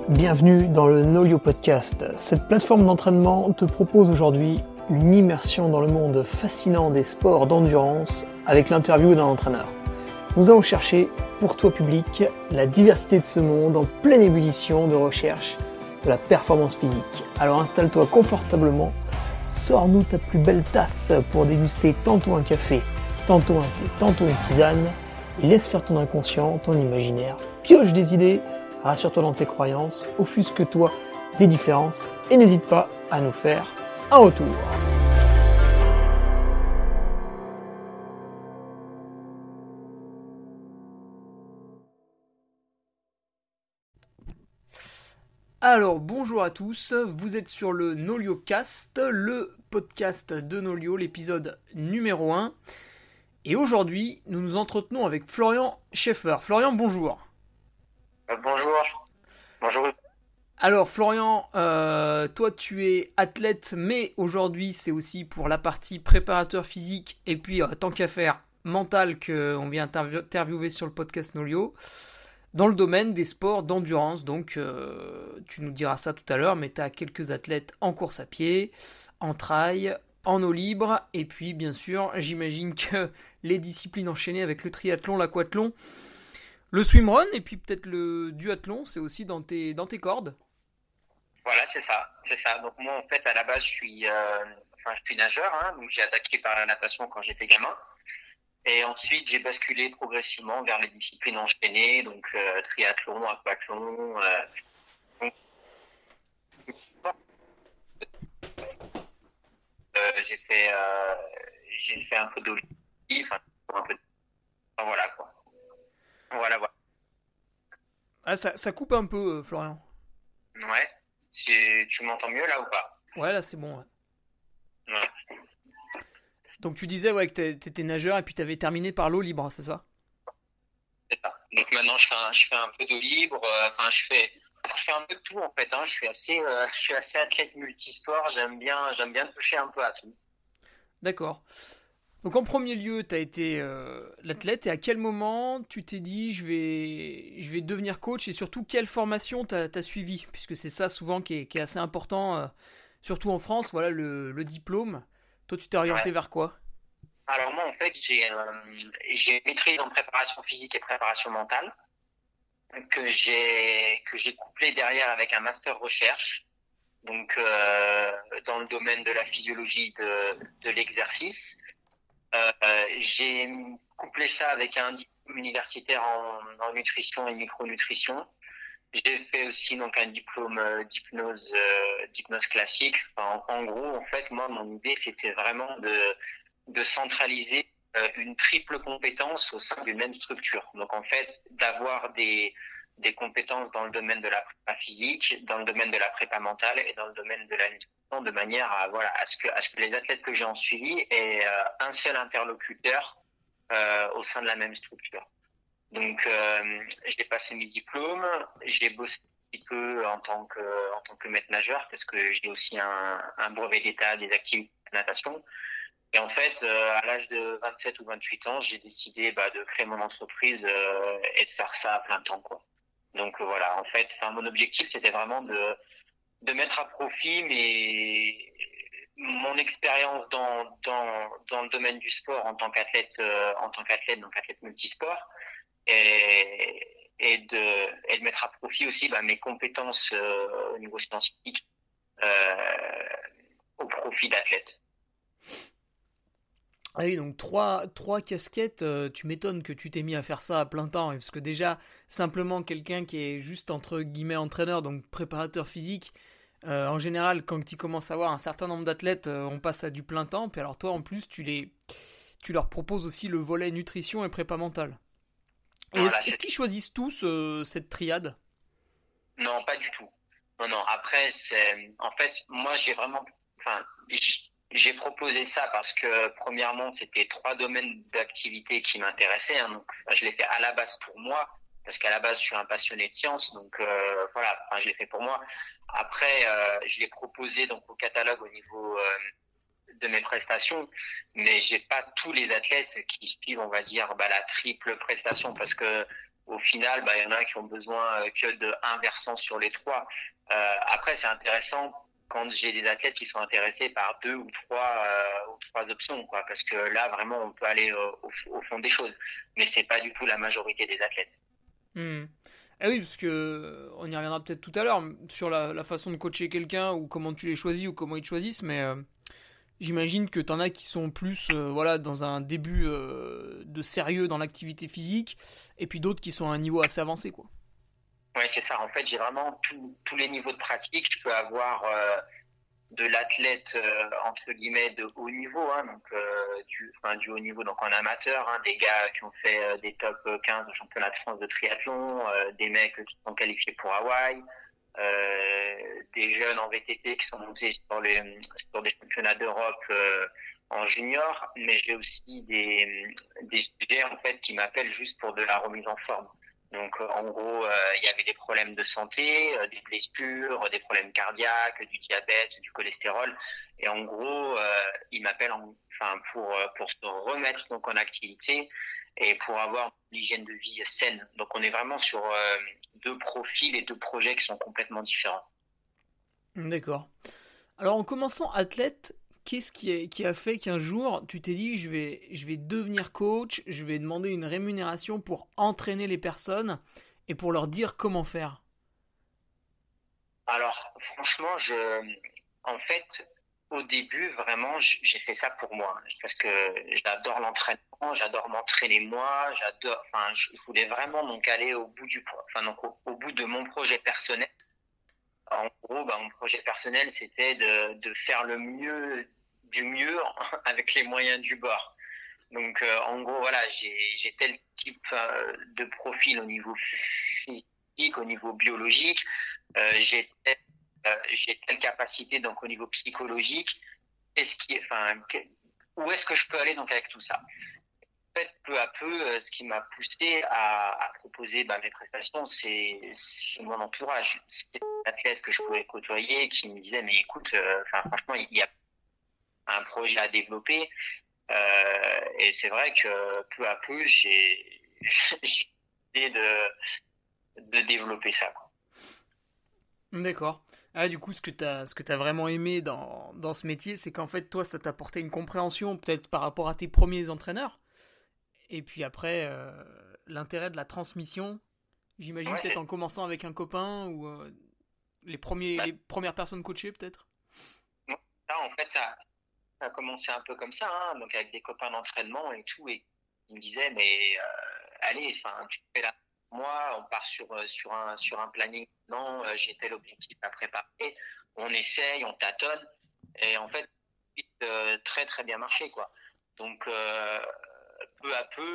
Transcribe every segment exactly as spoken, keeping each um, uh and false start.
Bienvenue dans le Nolio Podcast. Cette plateforme d'entraînement te propose aujourd'hui une immersion dans le monde fascinant des sports d'endurance avec l'interview d'un entraîneur. Nous allons chercher, pour toi public, la diversité de ce monde en pleine ébullition de recherche de la performance physique. Alors installe-toi confortablement, sors-nous ta plus belle tasse pour déguster tantôt un café, tantôt un thé, tantôt une tisane, et laisse faire ton inconscient, ton imaginaire, pioche des idées, rassure-toi dans tes croyances, offusque-toi des différences et n'hésite pas à nous faire un retour. Alors bonjour à tous, vous êtes sur le NolioCast, le podcast de Nolio, l'épisode numéro un. Et aujourd'hui, nous nous entretenons avec Florian Schaeffer. Florian, bonjour. Euh, bonjour. Bonjour. Alors Florian, euh, toi tu es athlète, mais aujourd'hui c'est aussi pour la partie préparateur physique et puis euh, tant qu'à faire mental qu'on vient interview- interviewer sur le podcast Nolio, dans le domaine des sports d'endurance. Donc euh, tu nous diras ça tout à l'heure, mais tu as quelques athlètes en course à pied, en trail, en eau libre, et puis bien sûr j'imagine que les disciplines enchaînées avec le triathlon, l'aquathlon, le swimrun et puis peut-être le duathlon, c'est aussi dans tes, dans tes cordes. Voilà, c'est ça, c'est ça. Donc moi, en fait, à la base, je suis, euh, enfin, je suis nageur, hein, donc j'ai attaqué par la natation quand j'étais gamin, et ensuite j'ai basculé progressivement vers les disciplines enchaînées, donc euh, triathlon, aquathlon. Euh, donc, euh, j'ai fait, euh, j'ai fait un peu d'eau libre, enfin, un peu, de- enfin, voilà quoi. Voilà, voilà. Ah, ça, ça coupe un peu, euh, Florian. Ouais. Tu, tu m'entends mieux là ou pas? Ouais, là c'est bon. Ouais. Ouais. Donc tu disais ouais, que t'es- t'étais nageur et puis t'avais terminé par l'eau libre, c'est ça? C'est ça. Donc maintenant, je fais un, je fais un peu d'eau libre. euh, Enfin, je fais, je fais un peu de tout en fait. Hein. Je suis assez, euh, je suis assez athlète multisport. J'aime bien, j'aime bien toucher un peu à tout. D'accord. Donc en premier lieu, t'as été euh, l'athlète et à quel moment tu t'es dit je vais, je vais devenir coach et surtout quelle formation t'as, t'as suivi? Puisque c'est ça souvent qui est, qui est assez important, euh, surtout en France, voilà le, le diplôme. Toi tu t'es orienté Ouais. vers quoi? Alors moi, en fait, j'ai, euh, j'ai une maîtrise en préparation physique et préparation mentale que j'ai, que j'ai couplé derrière avec un master recherche. Donc euh, dans le domaine de la physiologie de, de l'exercice. Euh, j'ai couplé ça avec un diplôme universitaire en, en nutrition et micronutrition. J'ai fait aussi donc un diplôme euh, d'hypnose, euh, d'hypnose classique. Enfin, en, en gros, en fait, moi, mon idée, c'était vraiment de, de centraliser euh, une triple compétence au sein d'une même structure. Donc, en fait, d'avoir des, des compétences dans le domaine de la prépa physique, dans le domaine de la prépa mentale et dans le domaine de la nutrition, de manière à voilà à ce que à ce que les athlètes que j'ai en suivi aient euh, un seul interlocuteur euh, au sein de la même structure. Donc, euh, j'ai passé mes diplômes, j'ai bossé un petit peu en tant que en tant que maître nageur parce que j'ai aussi un, un brevet d'état des activités de natation. Et en fait, euh, à l'âge de vingt-sept ou vingt-huit ans, j'ai décidé bah, de créer mon entreprise euh, et de faire ça à plein temps, quoi. Donc euh, voilà, en fait, enfin, mon objectif, c'était vraiment de de mettre à profit mes mon expérience dans dans dans le domaine du sport en tant qu'athlète euh, en tant qu'athlète donc athlète multisport et, et, de, et de mettre à profit aussi bah, mes compétences euh, au niveau scientifique euh, au profit d'athlètes. Ah oui, donc trois, trois casquettes, euh, tu m'étonnes que tu t'es mis à faire ça à plein temps, hein, parce que déjà, simplement quelqu'un qui est juste entre guillemets entraîneur, donc préparateur physique, euh, en général, quand tu commences à avoir un certain nombre d'athlètes, euh, on passe à du plein temps, puis alors toi, en plus, tu, les, tu leur proposes aussi le volet nutrition et prépa mentale. Et est-ce, Voilà, est-ce c'est... qu'ils choisissent tous euh, cette triade? Non, pas du tout. Non, non. Après, c'est en fait, moi, j'ai vraiment, enfin, j- j'ai proposé ça parce que premièrement, c'était trois domaines d'activité qui m'intéressaient. Hein, donc, enfin, je l'ai fait à la base pour moi parce qu'à la base, je suis un passionné de sciences. Donc euh, voilà, enfin, je l'ai fait pour moi. Après, euh, je l'ai proposé donc au catalogue au niveau euh, de mes prestations, mais j'ai pas tous les athlètes qui suivent, on va dire, bah, la triple prestation parce que au final, bah, il y en a qui ont besoin euh, que de un versant sur les trois. Euh, après, c'est intéressant quand j'ai des athlètes qui sont intéressés par deux ou trois euh, ou trois options, quoi, parce que là, vraiment, on peut aller euh, au, au fond des choses. Mais c'est pas du tout la majorité des athlètes. Hmm. Ah oui, parce que on y reviendra peut-être tout à l'heure sur la, la façon de coacher quelqu'un ou comment tu les choisis ou comment ils te choisissent, mais euh, j'imagine que t'en as qui sont plus euh, voilà, dans un début euh, de sérieux dans l'activité physique et puis d'autres qui sont à un niveau assez avancé, quoi. Oui, c'est ça. En fait, j'ai vraiment tous tous les niveaux de pratique. Je peux avoir euh, de l'athlète euh, entre guillemets de haut niveau, hein, donc euh, du, enfin, du haut niveau donc en amateur, hein, des gars qui ont fait euh, des top quinze au championnat de France de triathlon, euh, des mecs qui sont qualifiés pour Hawaï, euh, des jeunes en V T T qui sont montés sur les sur des championnats d'Europe euh, en junior, mais j'ai aussi des des sujets en fait qui m'appellent juste pour de la remise en forme. Donc euh, en gros, euh, il y avait des problèmes de santé, euh, des blessures, des problèmes cardiaques, du diabète, du cholestérol, et en gros, euh, ils m'appellent en- enfin pour euh, pour se remettre donc en activité et pour avoir une hygiène de vie saine. Donc on est vraiment sur euh, deux profils et deux projets qui sont complètement différents. D'accord. Alors en commençant athlète, qu'est-ce qui a, qui a fait qu'un jour tu t'es dit je vais, je vais devenir coach, je vais demander une rémunération pour entraîner les personnes et pour leur dire comment faire? Alors franchement, je en fait au début vraiment j- j'ai fait ça pour moi parce que j'adore l'entraînement, j'adore m'entraîner moi, j'adore enfin je je voulais vraiment donc aller au bout du pro- enfin donc au, au bout de mon projet personnel. En gros, bah, mon projet personnel, c'était de, de faire le mieux du mieux avec les moyens du bord. Donc, euh, en gros, voilà, j'ai, j'ai tel type euh, de profil au niveau physique, au niveau biologique, euh, j'ai tel- euh, j'ai telle capacité donc au niveau psychologique. Qu'est-ce qui, est- enfin, que- où est-ce que je peux aller donc avec tout ça? En fait, peu à peu, euh, ce qui m'a poussé à, à proposer bah, mes prestations, c'est c'est mon entourage. C'est des athlètes que je pouvais côtoyer qui me disaient, mais écoute, euh, enfin, franchement, il y a un projet à développer. Euh, et c'est vrai que peu à peu, j'ai j'ai essayé de, de développer ça, quoi. D'accord. Ah, du coup, ce que tu as, ce que t'as vraiment aimé dans, dans ce métier, c'est qu'en fait, toi, ça t'a apporté une compréhension peut-être par rapport à tes premiers entraîneurs. Et puis après, euh, l'intérêt de la transmission, j'imagine Ouais, peut-être c'est en commençant avec un copain ou euh, les, premiers, bah, les premières personnes coachées peut-être. ça, en fait, ça, ça a commencé un peu comme ça, hein, donc avec des copains d'entraînement et tout, et ils me disaient, mais euh, allez, enfin, tu fais là. Moi, on part sur euh, sur un sur un planning. Non, euh, j'ai tel objectif à préparer. On essaye, on tâtonne, et en fait, euh, très très bien marché, quoi. Donc, euh, peu à peu,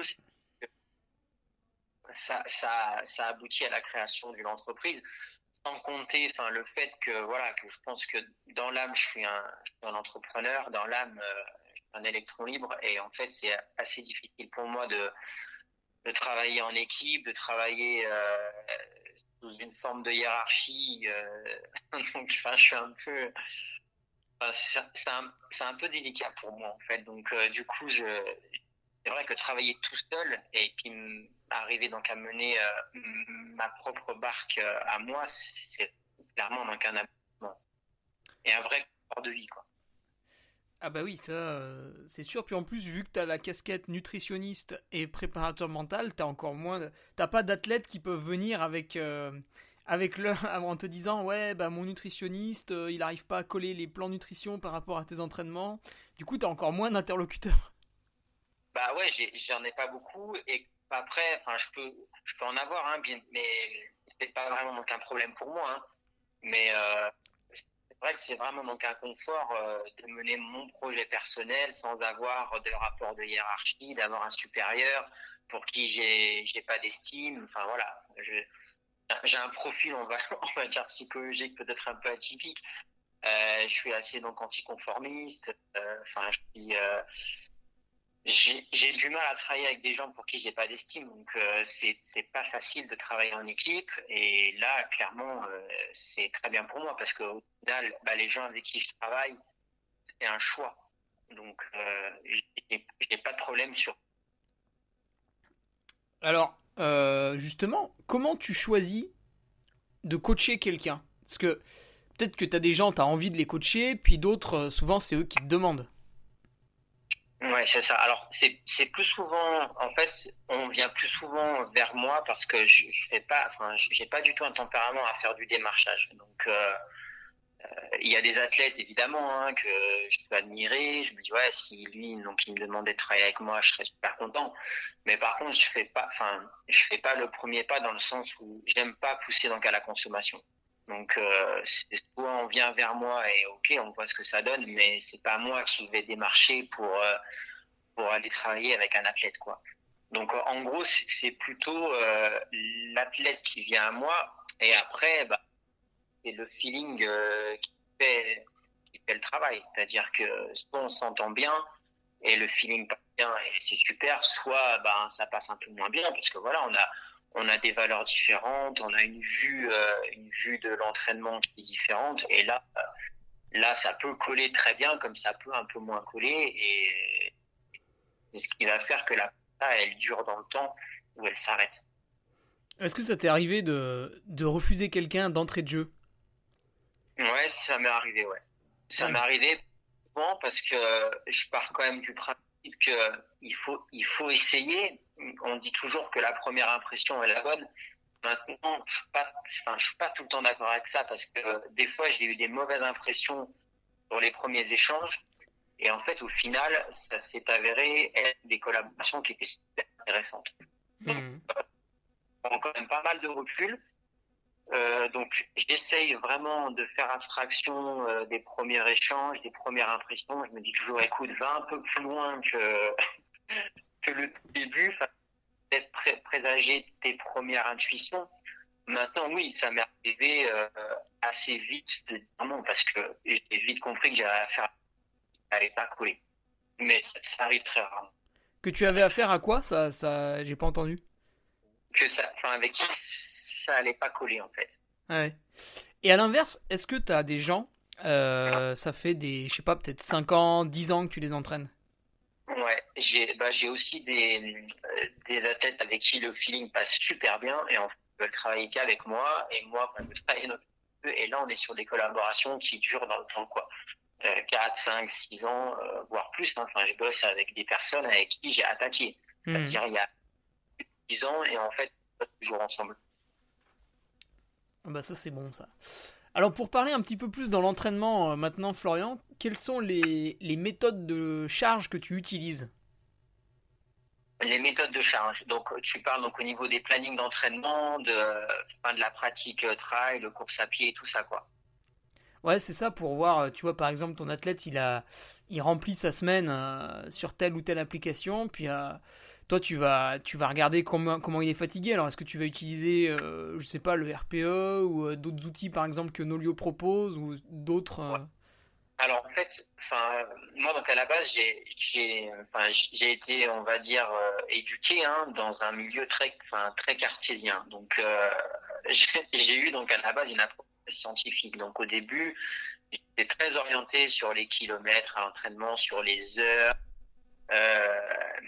ça ça ça aboutit à la création d'une entreprise. Sans compter, enfin, le fait que voilà, que je pense que dans l'âme, je suis un, je suis un entrepreneur, dans l'âme, euh, je suis un électron libre, et en fait, c'est assez difficile pour moi de, de travailler en équipe, de travailler euh, sous une forme de hiérarchie. Euh, donc, enfin, je suis un peu, enfin, c'est c'est un, c'est un peu délicat pour moi en fait. Donc, euh, du coup, je, c'est vrai que travailler tout seul et puis m- arriver donc à mener euh, m- ma propre barque euh, à moi, c'est clairement donc un aboutissement et un vrai confort de vie, quoi. Ah bah oui, ça, euh, c'est sûr. Puis en plus, vu que t'as la casquette nutritionniste et préparateur mental, t'as encore moins... de- T'as pas d'athlètes qui peuvent venir avec... euh, avec leur, en te disant ouais bah mon nutritionniste euh, il arrive pas à coller les plans nutrition par rapport à tes entraînements, du coup t'as encore moins d'interlocuteurs. Bah ouais, j'ai, j'en ai pas beaucoup et après, enfin, je peux, je peux en avoir, hein, bien, mais c'est pas vraiment donc un problème pour moi, hein. Mais euh, c'est vrai que c'est vraiment donc un confort euh, de mener mon projet personnel sans avoir de rapport de hiérarchie, d'avoir un supérieur pour qui j'ai j'ai pas d'estime. Enfin voilà, je, j'ai un profil, on va on va dire psychologique peut-être un peu atypique. Euh, je suis assez donc anticonformiste. Euh, Enfin, je suis euh, j'ai j'ai du mal à travailler avec des gens pour qui j'ai pas d'estime, donc euh, c'est c'est pas facile de travailler en équipe. Et là, clairement, euh, c'est très bien pour moi parce que au final, bah, les gens avec qui je travaille, c'est un choix. Donc, euh, j'ai j'ai pas de problème sur. Alors euh, justement, comment tu choisis de coacher quelqu'un? Parce que peut-être que tu as des gens, tu as envie de les coacher, puis d'autres, euh, souvent, c'est eux qui te demandent. Ouais, c'est ça. Alors, c'est c'est plus souvent, en fait, on vient plus souvent vers moi parce que je, je fais pas, enfin, j'ai pas du tout un tempérament à faire du démarchage. Donc, euh, il y a des athlètes évidemment hein, que je peux admirer. Je me dis ouais, si lui, donc il me demandait de travailler avec moi, je serais super content. Mais par contre, je fais pas, enfin, je fais pas le premier pas dans le sens où j'aime pas pousser donc à la consommation. Donc, euh, c'est soit on vient vers moi et ok, on voit ce que ça donne, mais c'est pas moi qui vais démarcher pour euh, pour aller travailler avec un athlète, quoi. Donc, euh, en gros, c'est c'est plutôt euh, l'athlète qui vient à moi, et après, bah, c'est le feeling euh, qui fait qui fait le travail. C'est-à-dire que soit on s'entend bien et le feeling passe bien et c'est super, soit ben ça passe un peu moins bien parce que voilà, on a on a des valeurs différentes, on a une vue euh, une vue de l'entraînement qui est différente et là euh, là ça peut coller très bien comme ça peut un peu moins coller et c'est ce qui va faire que la prépa, elle dure dans le temps ou elle s'arrête. Est-ce que ça t'est arrivé de, de refuser quelqu'un d'entrée de jeu? Ouais, ça m'est arrivé, ouais. Ça m'est Ouais. arrivé souvent parce que je pars quand même du principe que il faut il faut essayer. On dit toujours que la première impression est la bonne. Maintenant, je suis pas, enfin, je suis pas tout le temps d'accord avec ça parce que des fois j'ai eu des mauvaises impressions sur les premiers échanges et en fait au final ça s'est avéré être des collaborations qui étaient super intéressantes. Donc, Hmm. on a quand même pas mal de recul. Euh, donc j'essaye vraiment de faire abstraction euh, des premiers échanges, des premières impressions. Je me dis toujours, écoute, va un peu plus loin que, que le début, enfin, laisse pré- présager tes premières intuitions. Maintenant, oui, ça m'est arrivé euh, assez vite de dire non, parce que j'ai vite compris que j'avais affaire à n'allait pas coller. Mais ça, ça arrive très rarement. Que tu avais affaire à quoi? Ça, ça, j'ai pas entendu. Que ça, enfin, avec qui ça allait pas coller, en fait. Ouais. Et à l'inverse, est-ce que t'as des gens, euh, ça fait des, je sais pas, peut-être cinq ans, dix ans que tu les entraînes? Ouais, j'ai bah j'ai aussi des euh, des athlètes avec qui le feeling passe super bien et en fait ils veulent travailler qu'avec moi et moi enfin je veux travailler avec eux et là on est sur des collaborations qui durent dans le temps quoi. Euh, quatre, cinq, six ans euh, voire plus hein. Enfin je bosse avec des personnes avec qui j'ai attaqué. Hmm. C'est-à-dire il y a dix ans et en fait on bosse toujours ensemble. Ah bah ça c'est bon ça. Alors pour parler un petit peu plus dans l'entraînement euh, maintenant, Florian, quelles sont les, les méthodes de charge que tu utilises? Les méthodes de charge. Donc tu parles donc au niveau des plannings d'entraînement, de enfin, de la pratique euh, trail, de course à pied et tout ça quoi. Ouais, c'est ça pour voir, euh, tu vois, par exemple, ton athlète, il a, il remplit sa semaine euh, sur telle ou telle application, puis euh, toi, tu vas, tu vas regarder comment, comment il est fatigué. Alors, est-ce que tu vas utiliser, euh, je sais pas, le R P E ou euh, d'autres outils, par exemple, que Nolio propose ou d'autres euh, Alors en fait, enfin moi donc à la base j'ai j'ai enfin j'ai été on va dire euh, éduqué hein, dans un milieu très enfin très cartésien. Donc euh, j'ai j'ai eu donc à la base une approche scientifique. Donc au début, j'étais très orienté sur les kilomètres à l'entraînement, sur les heures. Euh,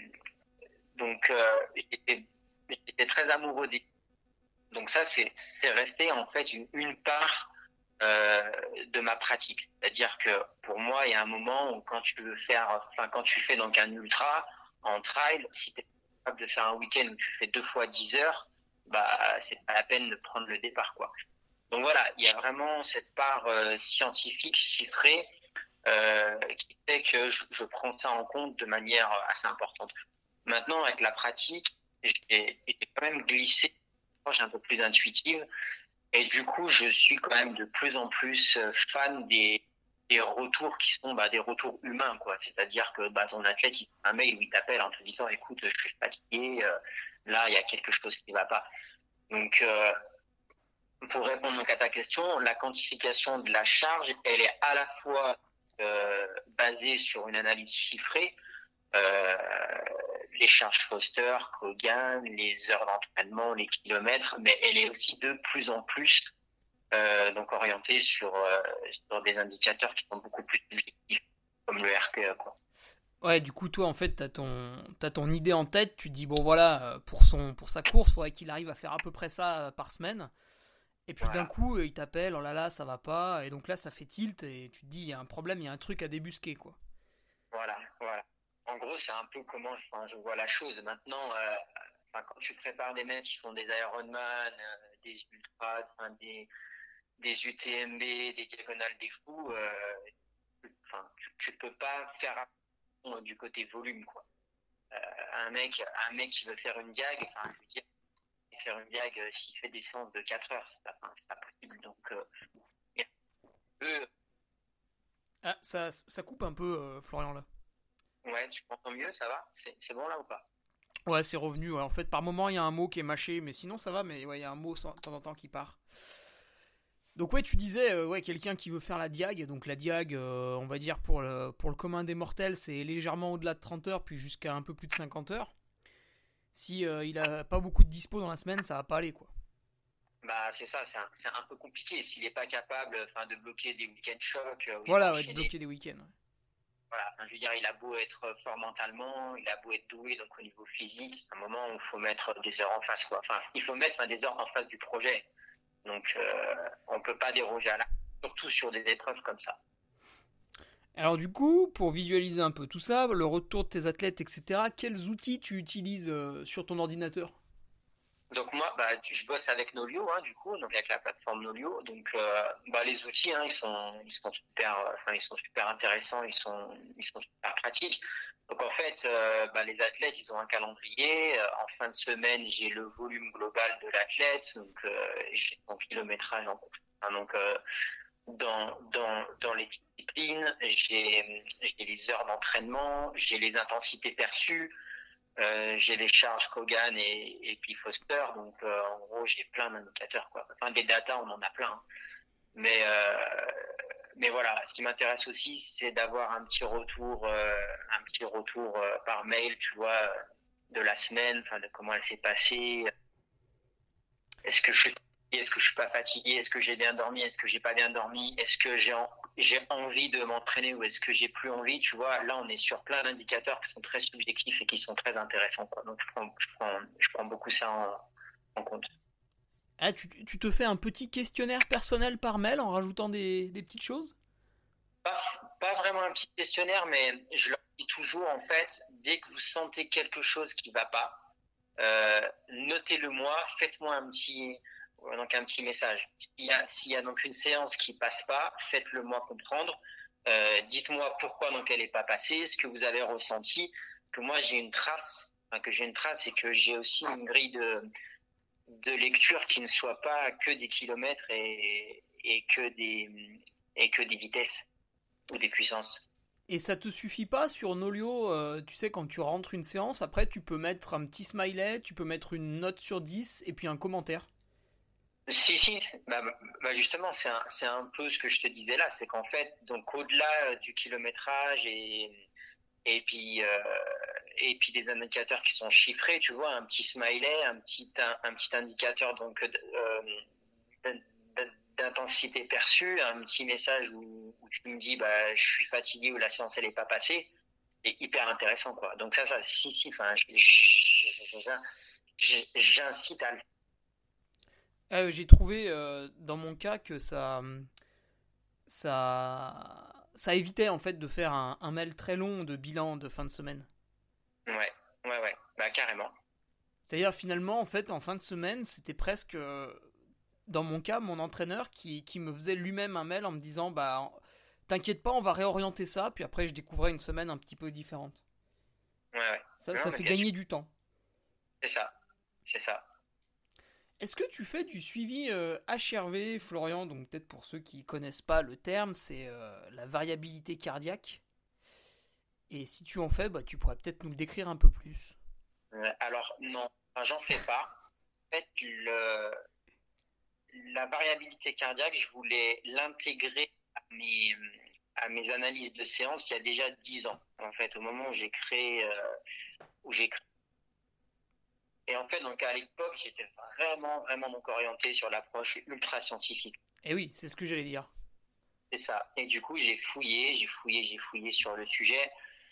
donc euh, j'étais j'étais très amoureux des donc ça c'est c'est resté en fait une, une part euh, de ma pratique. C'est-à-dire que pour moi, il y a un moment où quand tu veux faire, enfin quand tu fais donc un ultra en trail, si tu es capable de faire un week-end où tu fais deux fois dix heures, bah c'est pas la peine de prendre le départ quoi. Donc voilà, il y a vraiment cette part euh, scientifique chiffrée euh, qui fait que je, je prends ça en compte de manière assez importante. Maintenant, avec la pratique, j'ai j'ai quand même glissé une approche un peu plus intuitive et du coup, je suis quand même de plus en plus euh, fan des, des retours qui sont bah, des retours humains, quoi. C'est-à-dire que bah, ton athlète, il fait un mail où il t'appelle en te disant, écoute, je suis fatigué, euh, là, il y a quelque chose qui ne va pas. Donc, euh, pour répondre donc à ta question, la quantification de la charge, elle est à la fois euh, basée sur une analyse chiffrée, euh, les charges Foster, Kogan, les heures d'entraînement, les kilomètres, mais elle est aussi de plus en plus euh, donc orientée sur, euh, sur des indicateurs qui sont beaucoup plus subjectifs, comme le R P E, quoi. Ouais, du coup, toi, en fait, t'as ton, t'as ton idée en tête. Tu te dis, bon, voilà, euh, pour, son, pour sa course, il faudrait qu'il arrive à faire à peu près ça euh, par semaine. Et puis d'un Voilà, coup, euh, il t'appelle, oh là là, ça va pas. Et donc là, ça fait tilt et tu te dis, il y a un problème, il y a un truc à débusquer, quoi. voilà, voilà. En gros, c'est un peu comment enfin, je vois la chose. Maintenant, euh, enfin, quand tu prépares des mecs qui font des Ironman, euh, des ultras, enfin, des, des U T M B, des diagonales des fous, euh, enfin, tu, tu peux pas faire attention du côté volume, quoi. Euh, un mec, un mec qui veut faire une diag, enfin, je veux dire, faire une diag euh, s'il fait des séances de quatre heures, c'est pas, enfin, c'est pas possible. Donc, euh, eux, Ah, ça, ça coupe un peu, euh, Florian, là. ouais, tu m'entends mieux, ça va? C'est, c'est bon là ou pas? Ouais, c'est revenu. Ouais. En fait, par moment, il y a un mot qui est mâché, mais sinon, ça va. Mais ouais, il y a un mot de temps en temps qui part. Donc ouais, tu disais, euh, ouais, quelqu'un qui veut faire la diag. Donc la diag, euh, on va dire pour le, pour le commun des mortels, c'est légèrement au-delà de trente heures, puis jusqu'à un peu plus de cinquante heures. Si euh, il a pas beaucoup de dispo dans la semaine, ça va pas aller, quoi. Bah, c'est ça, c'est un, c'est un peu compliqué. S'il n'est pas capable, enfin, de bloquer des week-end chocs, euh, où il va Voilà, ouais, de enchaîner, bloquer des week-ends. Ouais. voilà. Enfin, je veux dire, il a beau être fort mentalement, il a beau être doué, donc au niveau physique, à un moment où il faut mettre des heures en face, quoi. Enfin, il faut mettre enfin, des heures en face du projet. Donc, euh, on peut pas déroger à la, surtout sur des épreuves comme ça. Alors du coup, pour visualiser un peu tout ça, le retour de tes athlètes, et cetera, quels outils tu utilises euh, sur ton ordinateur? Donc moi, bah, je bosse avec Nolio, hein, du coup, donc avec la plateforme Nolio. Donc, euh, bah, les outils, hein, ils sont, ils sont super, euh, enfin, ils sont super intéressants, ils sont, ils sont super pratiques. Donc en fait, euh, bah, les athlètes, ils ont un calendrier. Euh, en fin de semaine, j'ai le volume global de l'athlète, donc euh, j'ai son kilométrage en course. Hein, donc euh, dans, dans, dans les disciplines, j'ai, j'ai les heures d'entraînement, j'ai les intensités perçues. Euh, j'ai les charges Kogan et, et puis Foster, donc euh, en gros j'ai plein d'indicateurs quoi. Enfin des data on en a plein, hein. mais euh, mais voilà, ce qui m'intéresse aussi c'est d'avoir un petit retour, euh, un petit retour euh, par mail, tu vois, de la semaine, enfin de comment elle s'est passée. Est-ce que je suis est-ce que je suis pas fatigué? Est-ce que j'ai bien dormi? Est-ce que j'ai pas bien dormi? Est-ce que j'ai en- j'ai envie de m'entraîner ou est-ce que j'ai plus envie? Tu vois, là, on est sur plein d'indicateurs qui sont très subjectifs et qui sont très intéressants, quoi. Donc, je prends, je prends, je prends beaucoup ça en, en compte. Ah, tu, tu te fais un petit questionnaire personnel par mail en rajoutant des, des petites choses? Pas, pas vraiment un petit questionnaire, mais je leur dis toujours, en fait, dès que vous sentez quelque chose qui va pas, euh, notez-le moi, faites-moi un petit, donc un petit message. S'il y a, s'il y a donc une séance qui passe pas, faites-le moi comprendre. Euh, dites-moi pourquoi donc elle est pas passée, ce que vous avez ressenti, que moi j'ai une trace, enfin, que j'ai une trace et que j'ai aussi une grille de, de lecture qui ne soit pas que des kilomètres et, et que des et que des vitesses ou des puissances. Et ça te suffit pas sur Nolio, euh, tu sais, quand tu rentres une séance, après tu peux mettre un petit smiley, tu peux mettre une note sur dix et puis un commentaire. Si, si, bah, bah justement, c'est un, c'est un peu ce que je te disais là, c'est qu'en fait, donc au-delà du kilométrage et, et puis, euh, et puis des indicateurs qui sont chiffrés, tu vois, un petit smiley, un petit, un, un petit indicateur donc euh, d'intensité perçue, un petit message où, où tu me dis, bah, je suis fatigué ou la séance elle est pas passée, c'est hyper intéressant, quoi. Donc ça, ça, si, si, enfin, j'incite à le. Euh, j'ai trouvé euh, dans mon cas que ça, ça, ça évitait en fait de faire un, un mail très long de bilan de fin de semaine. Ouais, ouais, ouais, bah carrément. C'est-à-dire finalement en fait en fin de semaine c'était presque euh, dans mon cas mon entraîneur qui, qui me faisait lui-même un mail en me disant bah t'inquiète pas on va réorienter ça puis après je découvrais une semaine un petit peu différente. Ouais, ouais. Ça, Non, ça mais fait bien sûr, gagner du temps. c'est ça, c'est ça. Est-ce que tu fais du suivi euh, H R V, Florian? Donc peut-être pour ceux qui connaissent pas le terme, c'est euh, la variabilité cardiaque. Et si tu en fais, bah, tu pourrais peut-être nous le décrire un peu plus. Euh, alors non, enfin, j'en fais pas. En fait, le, la variabilité cardiaque, je voulais l'intégrer à mes, à mes analyses de séance il y a déjà dix ans. En fait, au moment où j'ai créé, euh, où j'ai créé. Et en fait, donc à l'époque, j'étais vraiment, vraiment donc orienté sur l'approche ultra scientifique. Et oui, c'est ce que j'allais dire. C'est ça. Et du coup, j'ai fouillé, j'ai fouillé, j'ai fouillé sur le sujet.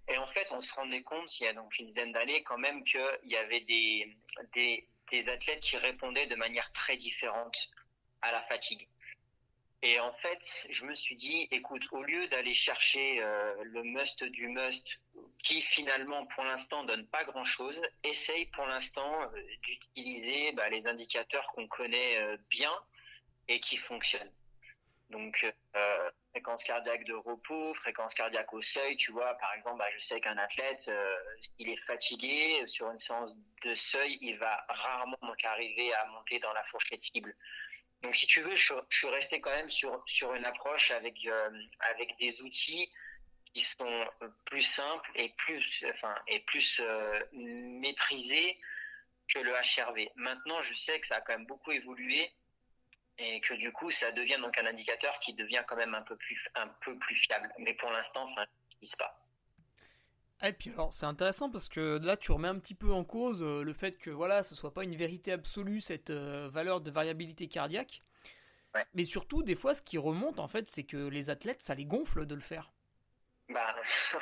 Et en fait, on se rendait compte, il y a donc une dizaine d'années, quand même, qu'il y avait des, des, des athlètes qui répondaient de manière très différente à la fatigue. Et en fait, je me suis dit, écoute, au lieu d'aller chercher euh, le must du must, qui finalement, pour l'instant, donne pas grand-chose, essaye pour l'instant euh, d'utiliser bah, les indicateurs qu'on connaît euh, bien et qui fonctionnent. Donc, euh, fréquence cardiaque de repos, fréquence cardiaque au seuil, tu vois, par exemple, bah, je sais qu'un athlète, euh, il est fatigué, sur une séance de seuil, il va rarement donc arriver à monter dans la fourchette cible. Donc, si tu veux, je, je suis resté quand même sur sur une approche avec euh, avec des outils qui sont plus simples et plus enfin et plus euh, maîtrisés que le H R V. Maintenant, je sais que ça a quand même beaucoup évolué et que du coup, ça devient donc un indicateur qui devient quand même un peu plus un peu plus fiable. Mais pour l'instant, enfin, je n'utilise pas. Et puis alors c'est intéressant parce que là tu remets un petit peu en cause euh, le fait que voilà ce soit pas une vérité absolue cette euh, valeur de variabilité cardiaque. Ouais. Mais surtout des fois ce qui remonte en fait c'est que les athlètes ça les gonfle de le faire. Bah,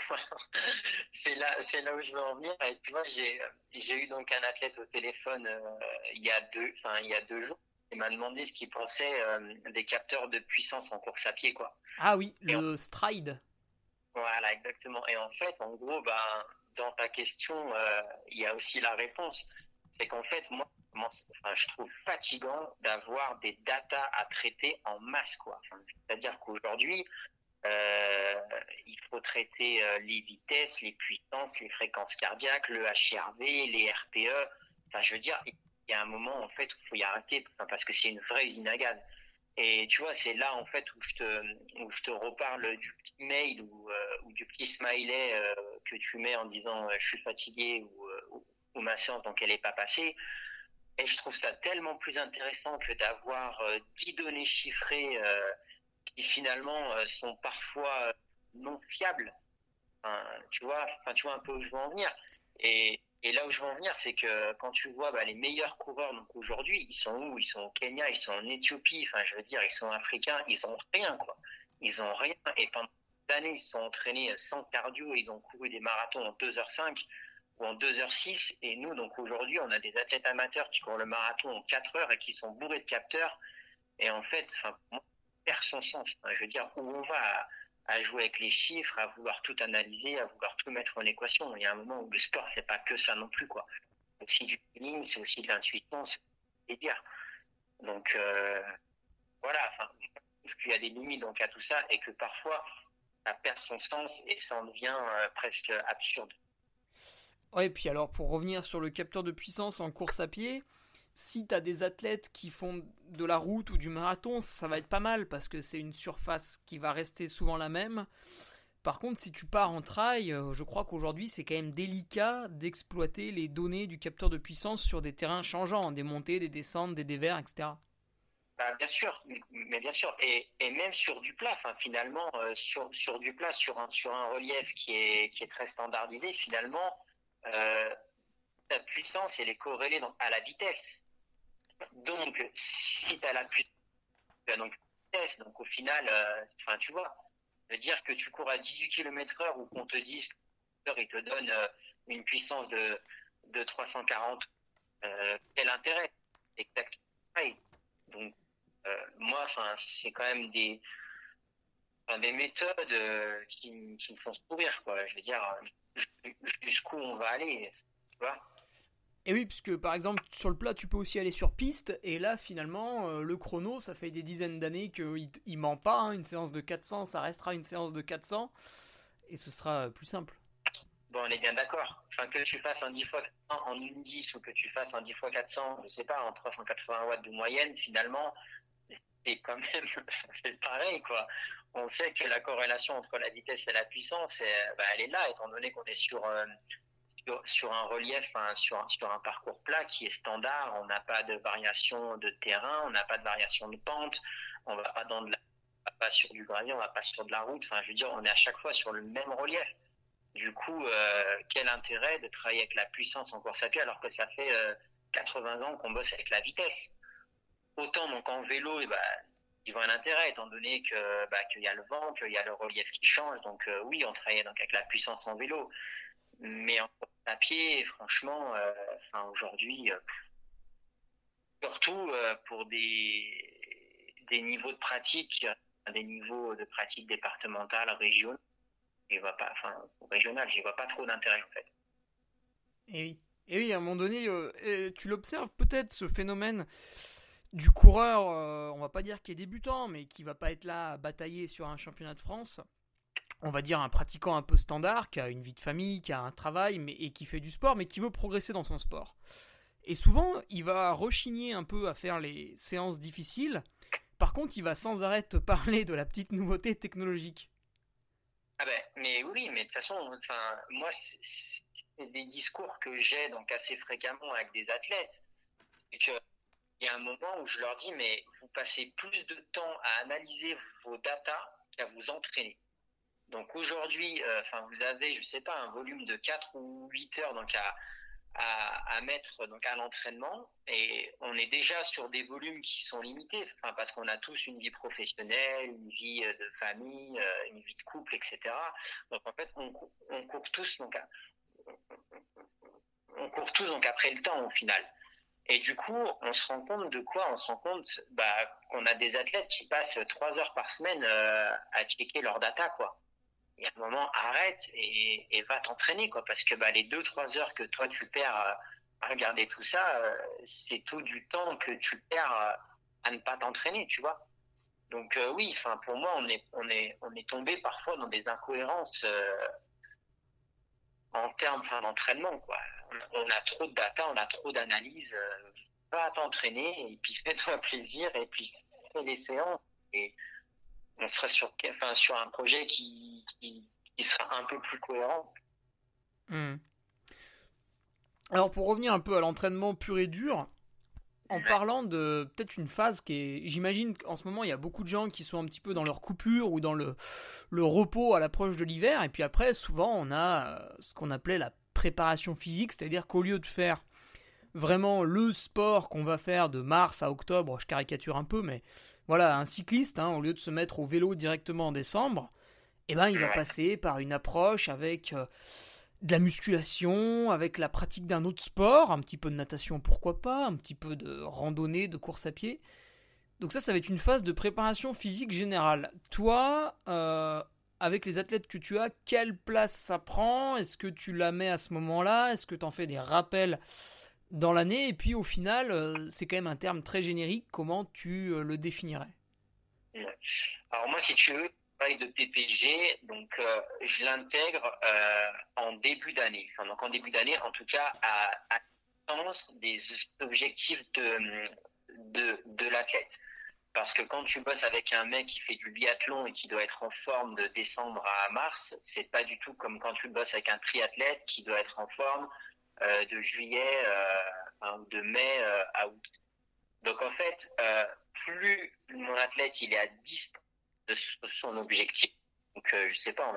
c'est là, c'est là où je veux en venir. Et tu vois, j'ai, j'ai eu donc un athlète au téléphone euh, il y a deux, enfin il y a deux jours. Il m'a demandé ce qu'il pensait euh, des capteurs de puissance en course à pied, quoi. Ah oui, Et en- le stride. voilà, exactement. Et en fait, en gros, bah, dans ta question, euh, il y a aussi la réponse. C'est qu'en fait, moi, comment- enfin, je trouve fatigant d'avoir des datas à traiter en masse, quoi. Enfin, c'est-à-dire qu'aujourd'hui, Euh, il faut traiter euh, les vitesses, les puissances, les fréquences cardiaques, le H R V, les R P E. Enfin, je veux dire, il y a un moment en fait où il faut y arrêter, enfin, parce que c'est une vraie usine à gaz. Et tu vois, c'est là en fait où je te où je te reparle du petit mail ou euh, ou du petit smiley euh, que tu mets en disant euh, je suis fatigué ou, euh, ou ou ma séance donc elle est pas passée. Et je trouve ça tellement plus intéressant que d'avoir euh, dix données chiffrées euh, qui finalement euh, sont parfois euh, non fiables. Enfin, tu vois, enfin, tu vois un peu où je veux en venir. Et, et là où je veux en venir, c'est que quand tu vois bah, les meilleurs coureurs donc aujourd'hui, ils sont où? Ils sont au Kenya, ils sont en Éthiopie. Enfin, je veux dire, ils sont africains, ils ont rien quoi. Ils ont rien. Et pendant des années, ils se sont entraînés sans cardio, ils ont couru des marathons en deux heures cinq ou en deux heures six. Et nous, donc aujourd'hui, on a des athlètes amateurs qui courent le marathon en quatre heures et qui sont bourrés de capteurs et en fait, enfin, pour moi, ça perd son sens. Enfin, je veux dire, où on va à, à jouer avec les chiffres, à vouloir tout analyser, à vouloir tout mettre en équation. Il y a un moment où le sport, c'est pas que ça non plus, quoi. C'est aussi du feeling, c'est aussi de l'intuition, c'est des dire. Donc, euh, voilà, enfin, je trouve qu'il y a des limites donc à tout ça et que parfois, ça perd son sens et ça en devient euh, presque absurde. Ouais, et puis alors pour revenir sur le capteur de puissance en course à pied, si t'as des athlètes qui font de la route ou du marathon, ça va être pas mal parce que c'est une surface qui va rester souvent la même. Par contre, si tu pars en trail, euh, je crois qu'aujourd'hui c'est quand même délicat d'exploiter les données du capteur de puissance sur des terrains changeants, des montées, des descentes, des dévers, et cetera. Bah, bien sûr, mais, mais bien sûr, et, et même sur du plat, enfin finalement euh, sur sur du plat, sur un sur un relief qui est qui est très standardisé, finalement, euh, la puissance elle est corrélée donc à la vitesse. Donc si tu as la puissance, tu as donc la vitesse, donc au final, euh, enfin tu vois, veut dire que tu cours à dix-huit kilomètres heure ou qu'on te dise qu'il te donne euh, une puissance de de trois cent quarante, euh, quel intérêt? Exactement pareil. Donc euh, moi, enfin, c'est quand même des, enfin, des méthodes euh, qui, m- qui me font sourire, quoi. Je veux dire, euh, jusqu'où on va aller, tu vois? Et oui, puisque par exemple sur le plat tu peux aussi aller sur piste, et là finalement euh, le chrono ça fait des dizaines d'années qu'il il ment pas, hein. Une séance de quatre cents ça restera une séance de quatre cents, et ce sera euh, plus simple. Bon, on est bien d'accord. Enfin, que tu fasses un dix fois quatre cents en une dix ou que tu fasses un dix fois quatre cents, je sais pas, en trois cent quatre-vingts watts de moyenne, finalement, c'est quand même, c'est pareil, quoi. On sait que la corrélation entre la vitesse et la puissance, eh, bah, elle est là, étant donné qu'on est sur, euh, sur, sur un relief, hein, sur, un- sur un parcours plat qui est standard. On n'a pas de variation de terrain, on n'a pas de variation de pente, on va pas dans de la, on va pas sur du gravier, on va pas sur de la route. Enfin, je veux dire, on est à chaque fois sur le même relief. Du coup, euh, quel intérêt de travailler avec la puissance en course à pied alors que ça fait euh, quatre-vingts ans qu'on bosse avec la vitesse. Autant donc en vélo, eh ben, j'y vois un intérêt, étant donné que bah, qu'il y a le vent, qu'il y a le relief qui change. Donc euh, oui, on travaille donc avec la puissance en vélo, mais en course à pied, franchement, euh, enfin aujourd'hui, euh, surtout euh, pour des des niveaux de pratique, des niveaux de pratique départementale, régionaux, j'y vois pas, enfin régional, j'y vois pas trop d'intérêt en fait. Et oui. Et oui, à un moment donné, euh, euh, tu l'observes peut-être ce phénomène du coureur, euh, on va pas dire qui est débutant, mais qui va pas être là à batailler sur un championnat de France. On va dire un pratiquant un peu standard, qui a une vie de famille, qui a un travail, mais, et qui fait du sport, mais qui veut progresser dans son sport. Et souvent, il va rechigner un peu à faire les séances difficiles. Par contre, il va sans arrêt te parler de la petite nouveauté technologique. Ah ben, mais oui, mais de toute façon, enfin, moi, c'est c'est des discours que j'ai donc assez fréquemment avec des athlètes. C'est que il y a un moment où je leur dis, mais vous passez plus de temps à analyser vos datas qu'à vous entraîner. Donc aujourd'hui, euh, enfin, vous avez, je sais pas, un volume de quatre ou huit heures donc à, à, à mettre donc à l'entraînement et on est déjà sur des volumes qui sont limités, enfin, parce qu'on a tous une vie professionnelle, une vie de famille, une vie de couple, et cetera. Donc en fait, on, on court tous donc à, on court tous donc après le temps au final. Et du coup, on se rend compte de quoi? On se rend compte bah, qu'on a des athlètes qui passent trois heures par semaine euh, à checker leur data, quoi. Il y a un moment, arrête et, et va t'entraîner, quoi, parce que bah, les deux trois heures que toi tu perds euh, à regarder tout ça, euh, c'est tout du temps que tu perds euh, à ne pas t'entraîner, tu vois. Donc euh, oui, enfin pour moi, on est on est on est tombé parfois dans des incohérences euh, en termes enfin, d'entraînement, quoi. On, on a trop de data, on a trop d'analyses. Euh, va t'entraîner et puis fais-toi plaisir et puis fais les séances et on sera sur enfin sur un projet qui qui, qui sera un peu plus cohérent. Hmm. Alors pour revenir un peu à l'entraînement pur et dur, en Ouais. parlant de peut-être une phase qui est... J'imagine qu'en ce moment, il y a beaucoup de gens qui sont un petit peu dans leur coupure ou dans le, le repos à l'approche de l'hiver. Et puis après, souvent, on a euh, ce qu'on appelait la préparation physique, c'est-à-dire qu'au lieu de faire vraiment le sport qu'on va faire de mars à octobre, je caricature un peu, mais voilà, un cycliste, hein, au lieu de se mettre au vélo directement en décembre, eh ben, il va Ouais. passer par une approche avec euh, de la musculation, avec la pratique d'un autre sport, un petit peu de natation pourquoi pas, un petit peu de randonnée, de course à pied. Donc ça, ça va être une phase de préparation physique générale. Toi, euh, avec les athlètes que tu as, quelle place ça prend? Est-ce que tu la mets à ce moment-là? Est-ce que tu en fais des rappels dans l'année? Et puis au final, euh, c'est quand même un terme très générique. Comment tu euh, le définirais? Ouais. Alors moi, si tu veux, le travail de P P G, donc euh, je l'intègre euh, en début d'année. Enfin, donc en début d'année, en tout cas, à, à l'avance des objectifs de de, de l'athlète. Parce que quand tu bosses avec un mec qui fait du biathlon et qui doit être en forme de décembre à mars, c'est pas du tout comme quand tu bosses avec un triathlète qui doit être en forme euh, de juillet euh, enfin, de mai euh, à août. Donc en fait, euh, plus mon athlète il est à distance de son objectif, donc euh, je sais pas,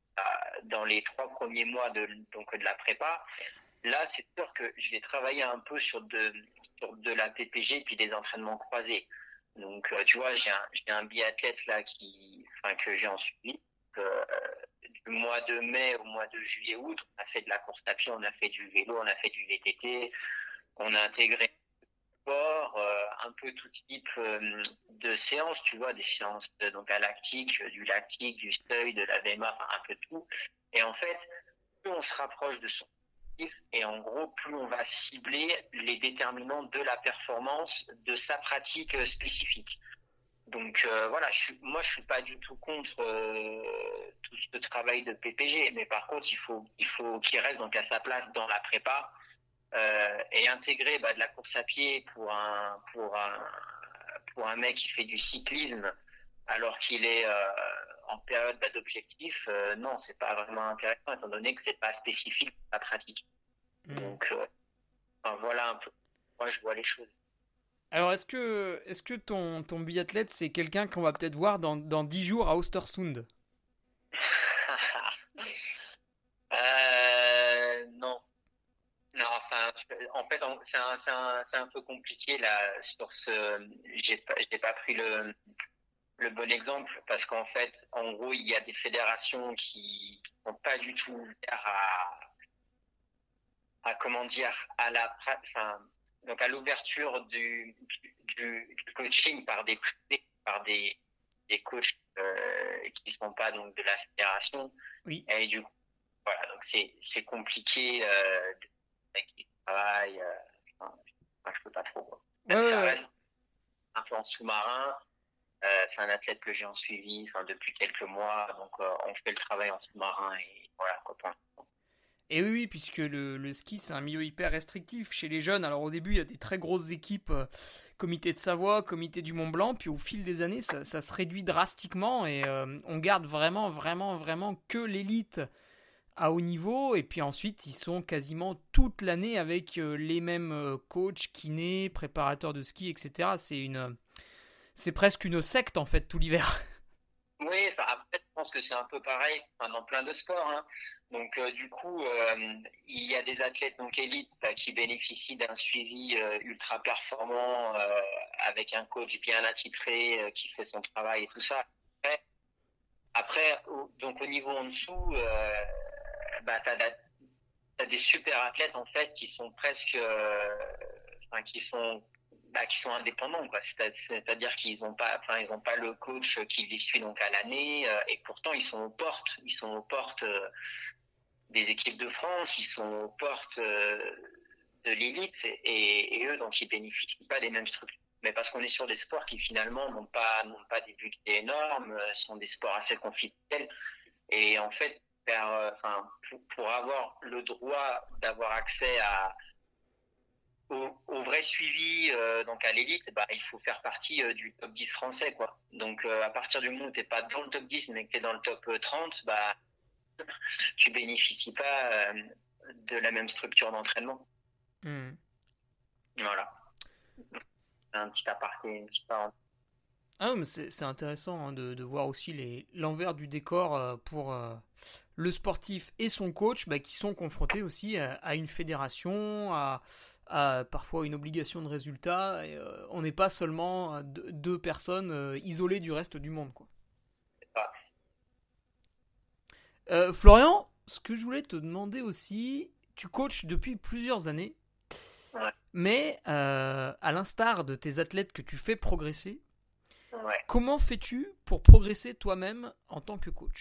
dans les trois premiers mois de donc de la prépa, là c'est sûr que je vais travailler un peu sur de sur de la P P G puis des entraînements croisés. Donc euh, tu vois, j'ai un j'ai un biathlète là qui enfin que j'ai en suivi. Euh, du mois de mai au mois de juillet août, on a fait de la course à pied, on a fait du vélo, on a fait du V T T, on a intégré sport, euh, un peu tout type euh, de séances, tu vois, des séances de, donc à lactique, euh, du lactique, du seuil, de la V M A, enfin un peu tout. Et en fait, plus on se rapproche de son objectif, et en gros, plus on va cibler les déterminants de la performance de sa pratique euh, spécifique. Donc euh, voilà, je suis, moi je suis pas du tout contre euh, tout ce travail de P P G, mais par contre il faut il faut qu'il reste donc à sa place dans la prépa euh, et intégrer bah, de la course à pied pour un pour un pour un mec qui fait du cyclisme alors qu'il est euh, en période bah, d'objectif, euh, non, c'est pas vraiment intéressant étant donné que c'est pas spécifique pour la pratique. Hmm. Donc euh, enfin, voilà un peu. Moi je vois les choses. Alors, est-ce que, est-ce que ton, ton biathlète, c'est quelqu'un qu'on va peut-être voir dans, dans dix jours à Ostersund? euh, non, non, enfin, en fait, c'est un, c'est un, c'est un peu compliqué là sur ce. J'ai pas, j'ai pas pris le le bon exemple parce qu'en fait, en gros, il y a des fédérations qui sont pas du tout ouvertes à, à comment dire, à la, enfin, donc à l'ouverture du, du, du coaching par des par des, des coachs euh, qui sont pas donc de la fédération. Oui. Et du coup, voilà, donc c'est c'est compliqué euh, avec qui travaille. Euh, enfin, enfin, je peux pas trop. Quoi. Ouais, Ça ouais, ouais. reste un peu en sous-marin. Euh, c'est un athlète que j'ai en suivi, enfin depuis quelques mois, donc euh, on fait le travail en sous-marin et voilà quoi. Pour l'instant. Et oui, oui, puisque le, le ski, c'est un milieu hyper restrictif chez les jeunes. Alors au début, il y a des très grosses équipes, euh, comité de Savoie, comité du Mont Blanc, puis au fil des années, ça, ça se réduit drastiquement et euh, on garde vraiment, vraiment, vraiment que l'élite à haut niveau. Et puis ensuite, ils sont quasiment toute l'année avec euh, les mêmes euh, coachs, kinés, préparateurs de ski, et cetera. C'est une, c'est presque une secte en fait tout l'hiver. Oui, enfin, après, je pense que c'est un peu pareil enfin, dans plein de sports. Hein. Donc, euh, du coup, euh, il y a des athlètes donc élites bah, qui bénéficient d'un suivi euh, ultra performant euh, avec un coach bien attitré euh, qui fait son travail et tout ça. Après, après au, donc au niveau en dessous, euh, bah, t'as, t'as des super athlètes en fait qui sont presque, euh, enfin, qui sont bah, qui sont indépendants quoi. C'est-à-dire qu'ils ont pas, enfin ils ont pas le coach qui les suit donc à l'année euh, et pourtant ils sont aux portes, ils sont aux portes euh, des équipes de France, ils sont aux portes euh, de l'élite et, et eux donc ils bénéficient pas des mêmes structures. Mais parce qu'on est sur des sports qui finalement n'ont pas n'ont pas des budgets énormes, euh, sont des sports assez conflictuels et en fait faire, euh, enfin pour, pour avoir le droit d'avoir accès à au, au vrai suivi euh, donc à l'élite, bah, il faut faire partie euh, du top dix français quoi. Donc euh, à partir du moment où t'es pas dans le top dix mais que t'es dans le top trente, bah tu bénéficies pas euh, de la même structure d'entraînement. Hmm. Voilà. Un petit aparté, une petite parenthèse. Ah, mais c'est, c'est intéressant hein, de, de voir aussi les, l'envers du décor euh, pour euh, le sportif et son coach bah, qui sont confrontés aussi à, à une fédération, à, à parfois une obligation de résultat. Et, euh, on n'est pas seulement deux, deux personnes euh, isolées du reste du monde. Quoi. Ah. Euh, Florian, ce que je voulais te demander aussi, tu coaches depuis plusieurs années, Ouais. mais euh, à l'instar de tes athlètes que tu fais progresser, Ouais. comment fais-tu pour progresser toi-même en tant que coach ?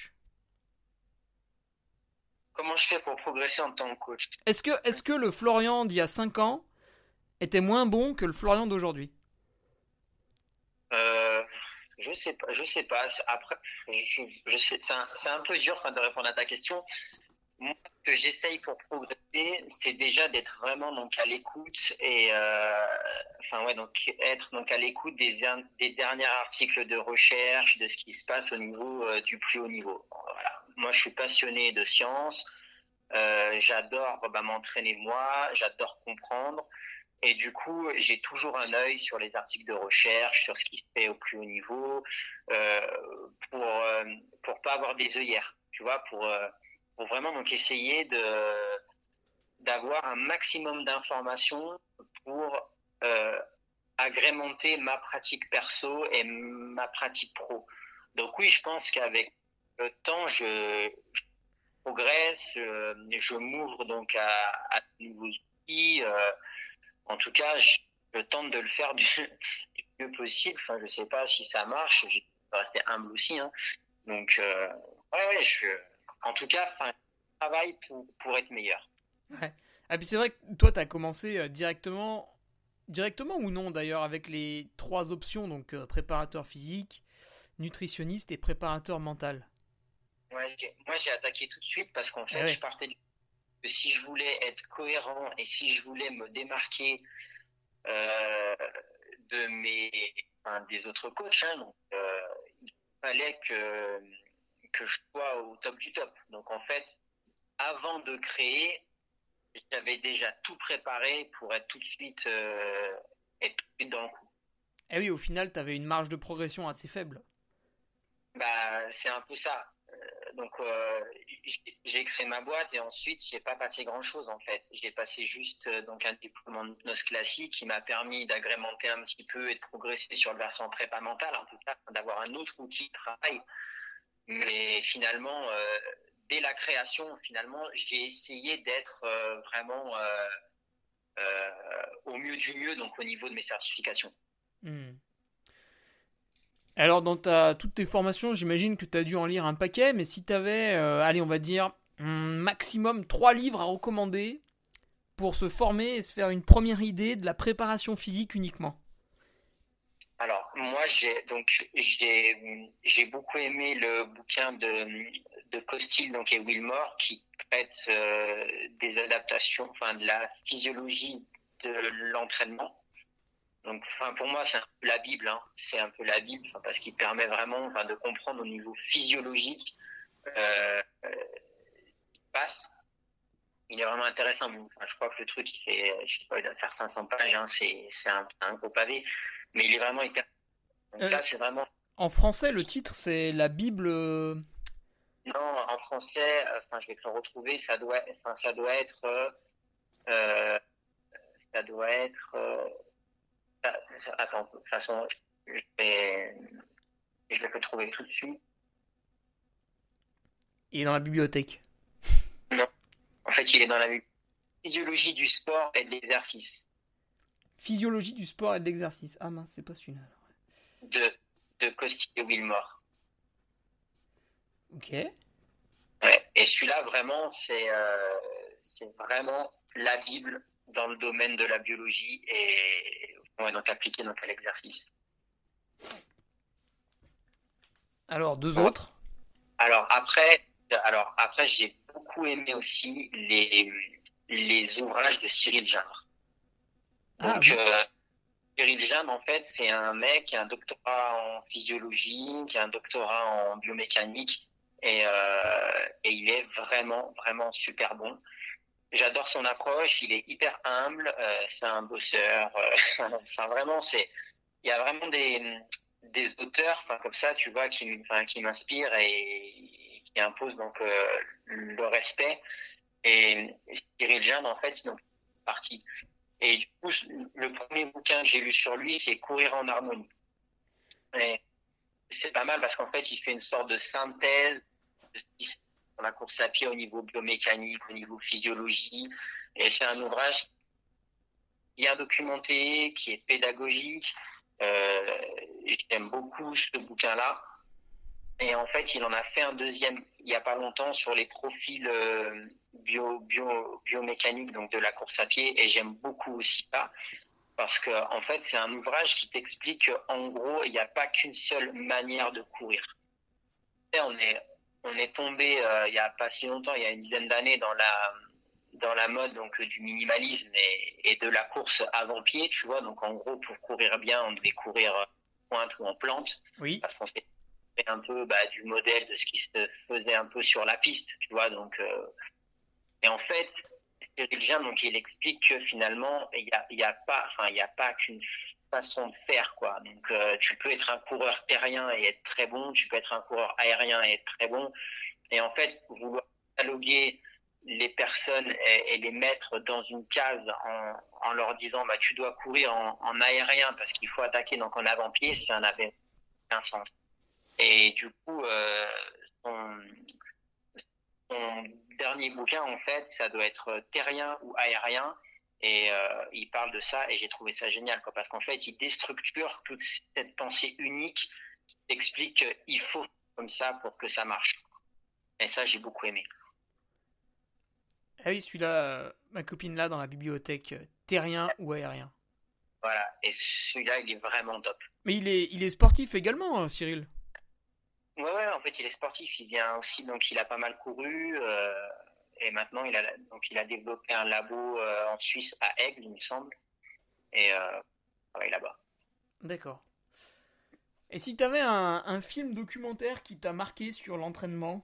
Comment je fais pour progresser en tant que coach? Est-ce que, est-ce que le Florian d'il y a cinq ans était moins bon que le Florian d'aujourd'hui ? Euh, je sais pas, je sais pas. Après, je, je sais, c'est un, c'est un peu dur enfin, de répondre à ta question. Moi, ce que j'essaye pour progresser, c'est déjà d'être vraiment donc à l'écoute et euh, enfin ouais donc être donc à l'écoute des, des derniers articles de recherche, de ce qui se passe au niveau euh, du plus haut niveau. Voilà. Moi, je suis passionné de science. Euh, j'adore bah, m'entraîner moi. J'adore comprendre. Et du coup, j'ai toujours un œil sur les articles de recherche, sur ce qui se fait au plus haut niveau, euh, pour euh, pour pas avoir des œillères, tu vois, pour euh, pour vraiment donc essayer de d'avoir un maximum d'informations pour euh, agrémenter ma pratique perso et ma pratique pro. Donc oui, je pense qu'avec le temps, je, je progresse, je, je m'ouvre donc à, à de nouveaux outils. Euh, en tout cas, je, je tente de le faire du, du mieux possible. Enfin, je sais pas si ça marche. Je vais rester humble aussi. Hein. Donc, euh, ouais, ouais, je, en tout cas, enfin, je travaille pour, pour être meilleur. Ouais. Ah puis c'est vrai que toi tu as commencé euh, directement, directement ou non d'ailleurs avec les trois options, donc euh, préparateur physique, nutritionniste et préparateur mental. Ouais, j'ai- moi, j'ai attaqué tout de suite parce qu'en Eh fait, je ouais. partais du que si je voulais être cohérent et si je voulais me démarquer euh, de mes, enfin, des autres coachs, hein, donc, euh, il fallait que que je sois au top du top. Donc en fait, avant de créer, j'avais déjà tout préparé pour être tout de suite, euh, être tout de suite dans le coup. Eh oui, au final tu avais une marge de progression assez faible. Bah, c'est un peu ça. donc euh, j'ai créé ma boîte et ensuite j'ai pas passé grand chose en fait. J'ai passé juste euh, donc un diplôme en hypnose classique qui m'a permis d'agrémenter un petit peu et de progresser sur le versant prépa mental, en tout cas d'avoir un autre outil de travail. Mais finalement, euh, dès la création, finalement, j'ai essayé d'être euh, vraiment euh, euh, au mieux du mieux, donc au niveau de mes certifications. Hmm. Alors, dans ta, toutes tes formations, j'imagine que tu as dû en lire un paquet, mais si tu avais, euh, allez, on va dire, un maximum trois livres à recommander pour se former et se faire une première idée de la préparation physique uniquement. Alors, moi, j'ai donc j'ai j'ai beaucoup aimé le bouquin de de Costil donc et Wilmore qui traite euh, des adaptations, enfin de la physiologie de l'entraînement. Donc, enfin, pour moi, c'est un peu la Bible, hein. C'est un peu la Bible, enfin, parce qu'il permet vraiment, enfin, de comprendre au niveau physiologique euh, euh, ce qui se passe. Il est vraiment intéressant. Bon, enfin, je crois que le truc, il fait, je sais pas, il doit faire cinq cents pages, hein. C'est c'est un, un gros pavé, mais il est vraiment hyper. Donc Euh, ça, c'est vraiment. En français, le titre, c'est la Bible. euh, Non, en français, euh, enfin, je vais te le retrouver. Ça doit, enfin, ça doit être, euh, euh, ça doit être. Euh, ça- ça- attends, de toute façon, je vais, je vais te le trouver tout de suite. Il est dans la bibliothèque. Non, en fait, il est dans la physiologie du sport et de l'exercice Physiologie du sport et de l'exercice. Ah mince, c'est pas celui-là. de de Costil et Wilmore. Ok. Ouais. Et celui-là, vraiment, c'est euh, c'est vraiment la Bible dans le domaine de la biologie et ouais, donc appliqué donc à l'exercice. Alors, deux Bon. autres. Alors après, alors après, j'ai beaucoup aimé aussi les les ouvrages de Cyril Gindre. Ah Donc oui. euh, Cyril Gindre, en fait, c'est un mec qui a un doctorat en physiologie, qui a un doctorat en biomécanique, et, euh, et il est vraiment, vraiment super bon. J'adore son approche, il est hyper humble, euh, c'est un bosseur. Euh, enfin, vraiment, c'est, il y a vraiment des, des auteurs, enfin, comme ça, tu vois, qui, enfin, qui m'inspirent et qui imposent donc euh, le respect. Et Cyril Gindre, en fait, donc, partie. Et du coup, le premier bouquin que j'ai lu sur lui, c'est Courir en harmonie. Et c'est pas mal parce qu'en fait, il fait une sorte de synthèse de ce qui se passe dans la course à pied au niveau biomécanique, au niveau physiologie. Et c'est un ouvrage bien documenté, qui est pédagogique. Euh, et j'aime beaucoup ce bouquin-là. Et en fait, il en a fait un deuxième il y a pas longtemps sur les profils euh, bio, bio, biomécaniques donc de la course à pied. Et j'aime beaucoup aussi ça. Parce que, en fait, c'est un ouvrage qui t'explique qu'en gros, il n'y a pas qu'une seule manière de courir. On est, on est tombé, euh, il n'y a pas si longtemps, il y a une dizaine d'années, dans la, dans la mode donc du minimalisme et, et de la course avant pied, tu vois. Donc, en gros, pour courir bien, on devait courir en pointe ou en plante. Oui. Parce qu'on s'est fait un peu bah, du modèle de ce qui se faisait un peu sur la piste, tu vois. Donc, euh, et en fait, Cyril Gindre, donc il explique que finalement il y a, il y a pas, enfin il y a pas qu'une façon de faire quoi. Donc euh, tu peux être un coureur terrien et être très bon, tu peux être un coureur aérien et être très bon. Et en fait, vouloir cataloguer les personnes et, et les mettre dans une case en, en leur disant bah tu dois courir en, en aérien parce qu'il faut attaquer donc en avant-pied, ça n'avait aucun sens. Et du coup, euh, son, son dernier bouquin, en fait, ça doit être terrien ou aérien. Et euh, il parle de ça et j'ai trouvé ça génial, quoi, parce qu'en fait, il déstructure toute cette pensée unique qui explique qu'il faut comme ça pour que ça marche. Et ça, j'ai beaucoup aimé. Ah oui, celui-là, euh, ma copine là dans la bibliothèque, euh, terrien ou aérien. Voilà. Et celui-là, il est vraiment top. Mais il est, il est sportif également, hein, Cyril. Ouais, ouais, en fait, il est sportif. Il vient aussi, donc il a pas mal couru. Euh, et maintenant, il a, donc, il a développé un labo euh, en Suisse à Aigle, il me semble. Et euh, travaille là-bas. D'accord. Et si t'avais un, un film documentaire qui t'a marqué sur l'entraînement?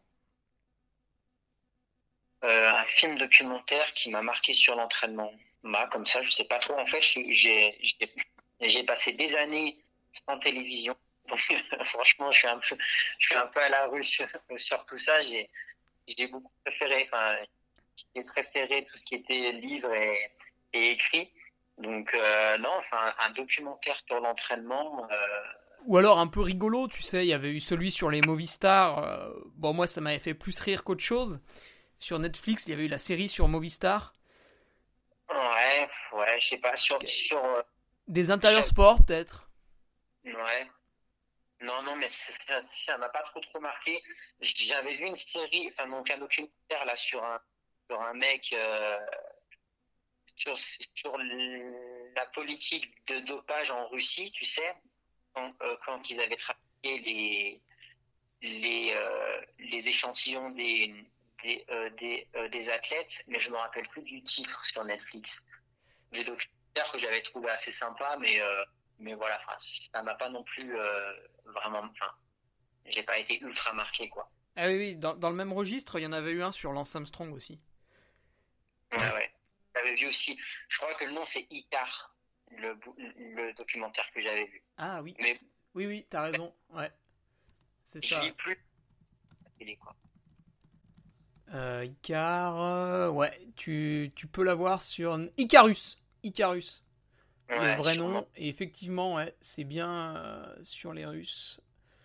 Euh, un film documentaire qui m'a marqué sur l'entraînement. Bah, comme ça, je sais pas trop. En fait, j'ai, j'ai, j'ai passé des années sans télévision. Donc, franchement, je suis un peu, je suis un peu à la rue sur, sur tout ça. J'ai, j'ai beaucoup préféré, enfin, j'ai préféré tout ce qui était livre et, et écrit. Donc, euh, non, enfin, un documentaire sur l'entraînement. Euh, Ou alors un peu rigolo, tu sais, il y avait eu celui sur les Movistar. euh, bon, moi, ça m'avait fait plus rire qu'autre chose. Sur Netflix, il y avait eu la série sur Movistar. ouais, ouais, je sais pas, sur, sur, euh, Des intérieurs j'aime- sport, peut-être. ouais. Non, non, mais ça, ça, ça m'a pas trop trop marqué. J'avais vu une série, enfin, donc un documentaire là sur un, sur un mec, euh, sur, sur la politique de dopage en Russie, tu sais, quand, euh, quand ils avaient traqué les, les, euh, les échantillons des, des, euh, des, euh, des athlètes, mais je me rappelle plus du titre sur Netflix. Des documentaires que j'avais trouvé assez sympa, mais, euh, mais voilà, enfin, ça m'a pas non plus euh, vraiment, enfin, j'ai pas été ultra marqué, quoi. Ah oui, oui, dans, dans le même registre, il y en avait eu un sur Lance Armstrong aussi. Ouais, ouais. J'avais vu aussi, je crois que le nom c'est Icar, le, le documentaire que j'avais vu. Ah oui, Mais oui, oui, t'as raison, ouais, c'est je lis ça. plus la télé, quoi. Euh, Icar, euh, ouais, tu, tu peux l'avoir sur Icarus. Icarus, le Ouais, vrai sûrement. nom. Et effectivement, ouais, c'est bien euh, sur les Russes.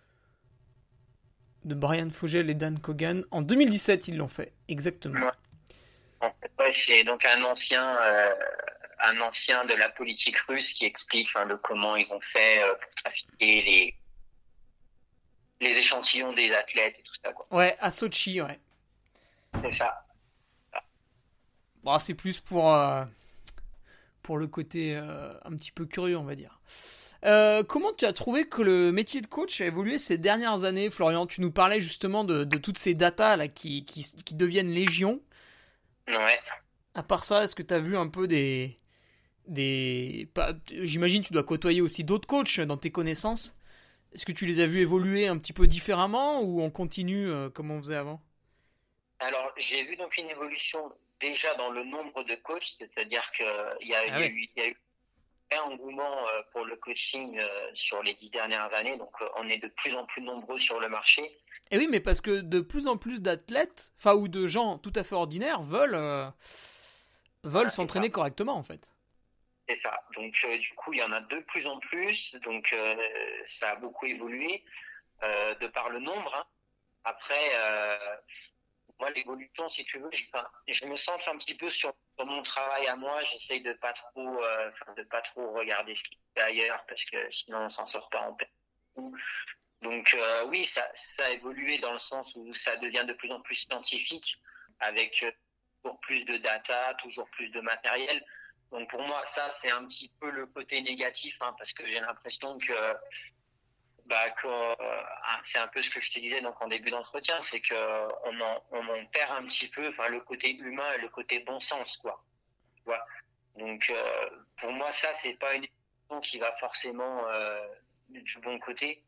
De Brian Fogel et Dan Kogan. En deux mille dix-sept, ils l'ont fait, exactement. Ouais. En fait, ouais, c'est donc un ancien, euh, un ancien de la politique russe qui explique, enfin, de comment ils ont fait euh, pour trafiquer les, les échantillons des athlètes et tout ça, quoi. Ouais, à Sochi, ouais. C'est ça. Bon, c'est plus pour, euh, pour le côté euh, un petit peu curieux, on va dire. Euh, comment tu as trouvé que le métier de coach a évolué ces dernières années, Florian? Tu nous parlais justement de, de toutes ces datas là, qui, qui, qui deviennent légion. Ouais. À part ça, est-ce que tu as vu un peu des... des pas- j'imagine que tu dois côtoyer aussi d'autres coachs dans tes connaissances. Est-ce que tu les as vus évoluer un petit peu différemment ou on continue euh, comme on faisait avant? Alors, j'ai vu donc une évolution déjà dans le nombre de coachs, c'est-à-dire qu'il y a, il Ah y a ouais. eu, il y a eu un engouement euh, pour le coaching euh, sur les dix dernières années, donc euh, on est de plus en plus nombreux sur le marché. Et oui, mais parce que de plus en plus d'athlètes, enfin ou de gens tout à fait ordinaires veulent euh, veulent Voilà, c'est ça. s'entraîner correctement en fait. C'est ça. Donc, euh, du coup, il y en a de plus en plus. Donc, euh, ça a beaucoup évolué euh, de par le nombre, hein. Après, euh, moi, l'évolution, si tu veux, je, enfin, je me centre un petit peu sur, sur mon travail à moi. J'essaye de pas trop, euh, enfin, de pas trop regarder ce qui se fait ailleurs parce que sinon, on s'en sort pas en perd. Donc, euh, oui, ça, ça a évolué dans le sens où ça devient de plus en plus scientifique avec euh, toujours plus de data, toujours plus de matériel. Donc pour moi, ça, c'est un petit peu le côté négatif, hein, parce que j'ai l'impression que, bah, que euh, c'est un peu ce que je te disais donc en début d'entretien, c'est que on en, on en perd un petit peu, enfin le côté humain et le côté bon sens, quoi. Tu vois. Donc euh, pour moi, ça, c'est pas une évolution qui va forcément euh, du bon côté.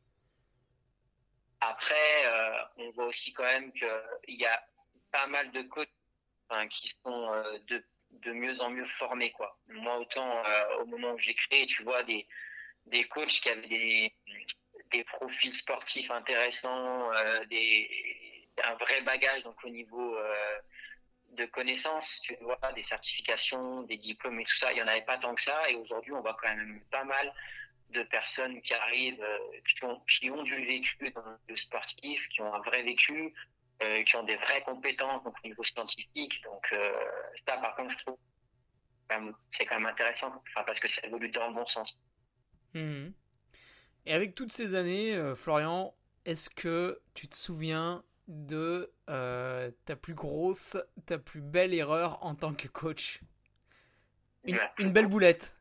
Après, euh, on voit aussi quand même qu'il y a pas mal de coachs, enfin, qui sont euh, de de mieux en mieux formés, quoi. Moi, autant euh, au moment où j'ai créé, tu vois, des des coachs qui avaient des des profils sportifs intéressants, euh, des un vrai bagage donc au niveau euh, de connaissances, tu vois, des certifications, des diplômes et tout ça, il y en avait pas tant que ça. Et aujourd'hui, on voit quand même pas mal de personnes qui arrivent, euh, qui ont qui ont du vécu dans le sportif, qui ont un vrai vécu, euh, qui ont des vraies compétences donc au niveau scientifique. Donc euh, ça, par contre, je trouve c'est quand même intéressant, enfin, parce que ça évolue dans le bon sens. Mhm. Et avec toutes ces années, euh, Florian, est-ce que tu te souviens de euh, ta plus grosse, ta plus belle erreur en tant que coach? Une, La une plus belle grosse, boulette.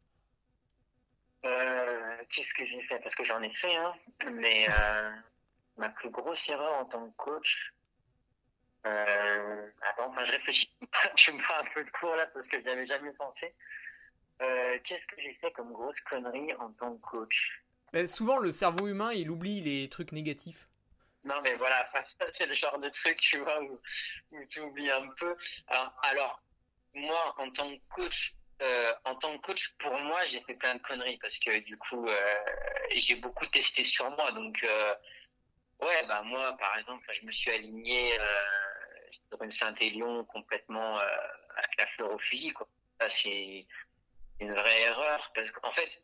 euh, qu'est-ce que j'ai fait? Parce que j'en ai fait, hein. Mais euh, ma plus grosse erreur en tant que coach. Euh, attends, enfin, je réfléchis. Je me fais un peu de cours là parce que je n'y avais jamais pensé. Euh, qu'est-ce que j'ai fait comme grosse connerie en tant que coach? Mais souvent, le cerveau humain, il oublie les trucs négatifs. Non, mais voilà, enfin, ça, c'est le genre de truc, tu vois, où, où tu oublies un peu. Alors, alors, moi, en tant que coach, euh, en tant que coach, pour moi, j'ai fait plein de conneries parce que du coup, euh, j'ai beaucoup testé sur moi. Donc, euh, ouais, bah moi, par exemple, je me suis aligné euh, sur une Saint-Élion complètement euh, avec la fleur au fusil, quoi. Ça, c'est une vraie erreur parce qu'en fait,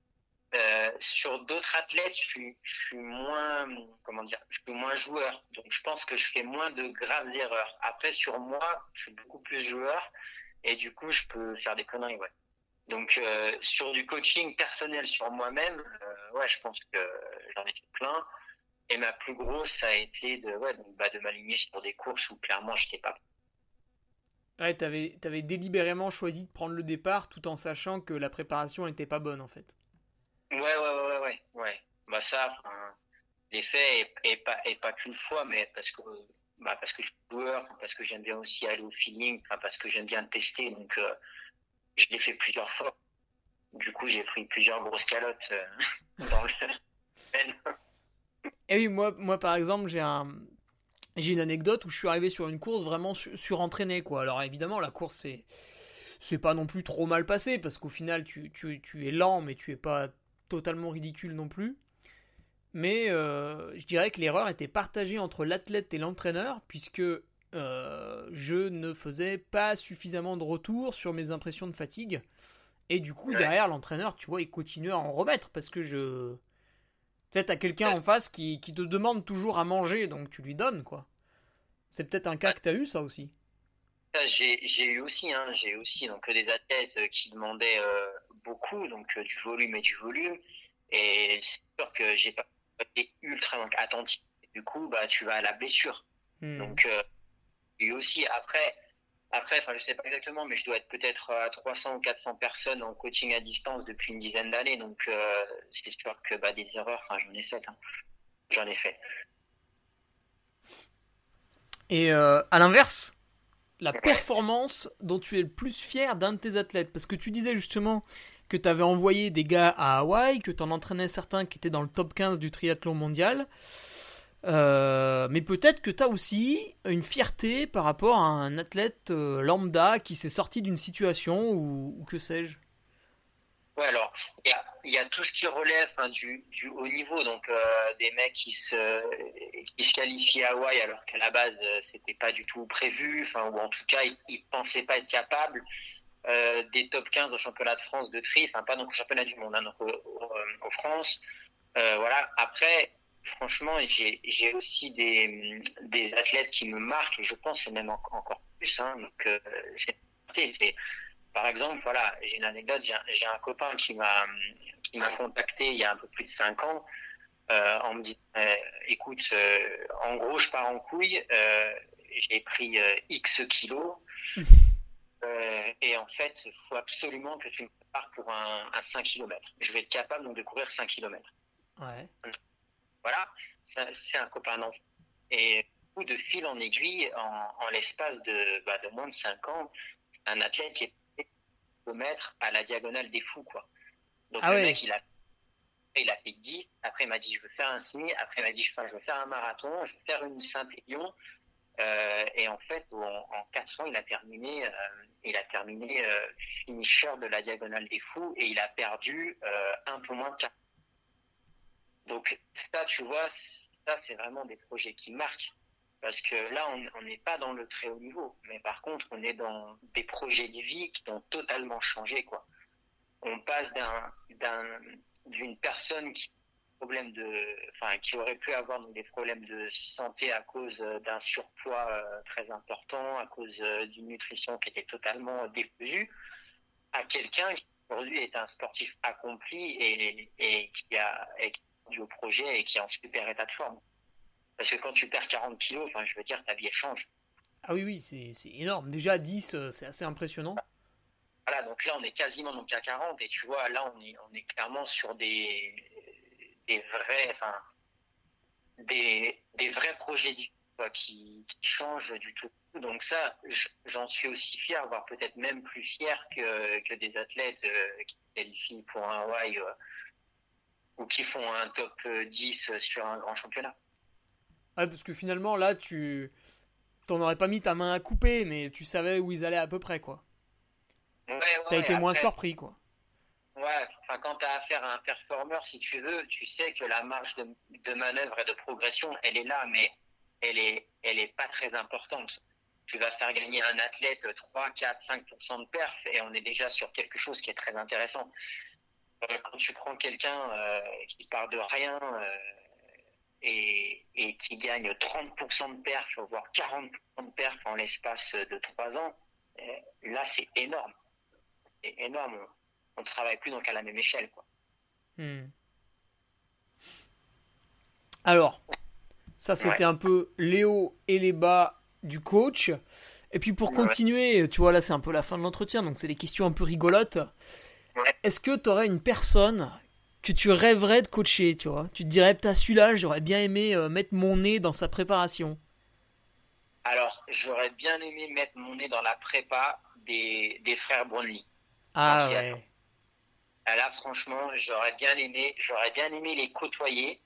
euh, sur d'autres athlètes, je suis, je suis moins, comment dire, je suis moins joueur. Donc, je pense que je fais moins de graves erreurs. Après, sur moi, je suis beaucoup plus joueur et du coup, je peux faire des conneries, ouais. Donc, euh, sur du coaching personnel sur moi-même, euh, ouais, je pense que j'en ai fait plein. Et ma plus grosse, ça a été de, ouais, donc, bah, de m'aligner sur des courses où clairement, je n'étais pas. Ouais, t'avais, t'avais délibérément choisi de prendre le départ tout en sachant que la préparation n'était pas bonne en fait. Ouais, ouais, ouais, ouais, ouais. ouais. Bah ça, enfin, l'ai fait et, et pas et pas qu'une fois, mais parce que bah parce que je suis joueur, parce que j'aime bien aussi aller au feeling, enfin parce que j'aime bien tester, donc euh, je l'ai fait plusieurs fois. Du coup, j'ai pris plusieurs grosses calottes euh, dans le semaine. Et oui, moi, moi par exemple, j'ai un, j'ai une anecdote où je suis arrivé sur une course vraiment su- surentraîné, quoi. Alors évidemment, la course, c'est, c'est pas non plus trop mal passé, parce qu'au final, tu, tu, tu es lent, mais tu es pas totalement ridicule non plus. Mais euh, je dirais que l'erreur était partagée entre l'athlète et l'entraîneur, puisque euh, je ne faisais pas suffisamment de retour sur mes impressions de fatigue. Et du coup, Ouais. derrière, l'entraîneur, tu vois, il continue à en remettre, parce que je... Tu sais, t'as quelqu'un en face qui, qui te demande toujours à manger, donc tu lui donnes, quoi. C'est peut-être un cas Ouais. que t'as eu, ça aussi. Ça, j'ai j'ai eu aussi, hein, j'ai aussi donc des athlètes euh, qui demandaient euh, beaucoup, donc euh, du volume et du volume. Et c'est sûr que j'ai pas été ultra donc, attentif. Du coup, bah tu vas à la blessure. Hmm. Donc euh, lui aussi. Après, après, enfin, je sais pas exactement, mais je dois être peut-être à trois cents ou quatre cents personnes en coaching à distance depuis une dizaine d'années. Donc, euh, c'est sûr que bah, des erreurs, enfin, j'en ai fait. Hein. J'en ai fait. Et euh, à l'inverse, la Ouais. performance dont tu es le plus fier d'un de tes athlètes. Parce que tu disais justement que tu avais envoyé des gars à Hawaï, que tu en entraînais certains qui étaient dans le top quinze du triathlon mondial. Euh, mais peut-être que tu as aussi une fierté par rapport à un athlète euh, lambda qui s'est sorti d'une situation ou, ou que sais-je. Ouais, alors, il y a, il y a tout ce qui relève hein, du, du haut niveau. Donc, euh, des mecs qui se, qui se qualifient à Hawaï alors qu'à la base, euh, c'était pas du tout prévu. Enfin, ou en tout cas, ils, ils pensaient pas être capables. Euh, des top quinze au championnat de France de tri, enfin pas donc au championnat du monde, hein, donc au, au, au France. Euh, voilà. Après, franchement, j'ai j'ai aussi des des athlètes qui me marquent et je pense c'est même en- encore plus. Hein, donc euh, c'est c'est par exemple, voilà, j'ai une anecdote. J'ai un, j'ai un copain qui m'a qui m'a contacté il y a un peu plus de cinq ans euh, en me disant, euh, écoute, euh, en gros, je pars en couille. Euh, j'ai pris euh, X kilos. Euh, et en fait, il faut absolument que tu me prépares pour un, un cinq kilomètres. Je vais être capable donc de courir cinq kilomètres. Ouais. Voilà, c'est c'est un copain d'enfant. Et du coup, de fil en aiguille, en, en l'espace de, bah, de moins de cinq ans, c'est un athlète qui est kilomètres à la diagonale des fous, quoi. Donc Ah le ouais. mec, il a, il a fait dix. Après, il m'a dit, je veux faire un semi. Après, il m'a dit, je veux faire un marathon. Je veux faire une Saint-Élion. Euh, et en fait, en, en quatre ans, il a terminé, euh, il a terminé euh, finisher de la diagonale des fous et il a perdu euh, un peu moins de quatre. Donc ça, tu vois, ça c'est vraiment des projets qui marquent parce que là, on n'est pas dans le très haut niveau, mais par contre, on est dans des projets de vie qui ont totalement changé, quoi. On passe d'un, d'un, d'une personne qui problèmes de, enfin, qui aurait pu avoir donc, des problèmes de santé à cause euh, d'un surpoids euh, très important, à cause euh, d'une nutrition qui était totalement décousue, à quelqu'un qui aujourd'hui est un sportif accompli et, et qui a et qui a du au projet et qui est en super état de forme. Parce que quand tu perds quarante kilos, enfin, je veux dire, ta vie elle change. Ah oui, oui, c'est, c'est énorme. Déjà, dix, euh, c'est assez impressionnant. Voilà, donc là, on est quasiment donc à quarante et tu vois, là, on est, on est clairement sur des, des vrais, enfin, des, des vrais projets qui, qui changent du tout. Donc ça, j'en suis aussi fier, voire peut-être même plus fier que, que des athlètes euh, qui qualifient pour un Hawaii euh, ou qui font un top dix sur un grand championnat. Ouais, parce que finalement, là, tu t'en aurais pas mis ta main à couper, mais tu savais où ils allaient à peu près, quoi. Ouais, ouais, T'as ouais, été moins après, surpris, quoi. ouais, enfin, quand tu as affaire à un performeur, si tu veux, tu sais que la marge de, de manœuvre et de progression, elle est là, mais elle est, elle est pas très importante. Tu vas faire gagner un athlète trois, quatre, cinq pour cent de perf et on est déjà sur quelque chose qui est très intéressant. Euh, quand tu prends quelqu'un euh, qui part de rien euh, et, et qui gagne trente pour cent de perf, voire quarante pour cent de perf en l'espace de trois ans, euh, là, c'est énorme. C'est énorme. On, on travaille plus donc à la même échelle, quoi. Hmm. Alors, ça, Ouais. c'était un peu les hauts et les bas du coach. Et puis pour Ouais. continuer, tu vois, là, c'est un peu la fin de l'entretien, donc c'est des questions un peu rigolotes. Ouais. Est-ce que tu aurais une personne que tu rêverais de coacher, tu vois? Tu te dirais, putain, celui-là, j'aurais bien aimé euh, mettre mon nez dans sa préparation. Alors, j'aurais bien aimé mettre mon nez dans la prépa des, des frères Brownlee en Ah triathlon. ouais. Ah, là, franchement, j'aurais bien aimé, j'aurais bien aimé les côtoyer.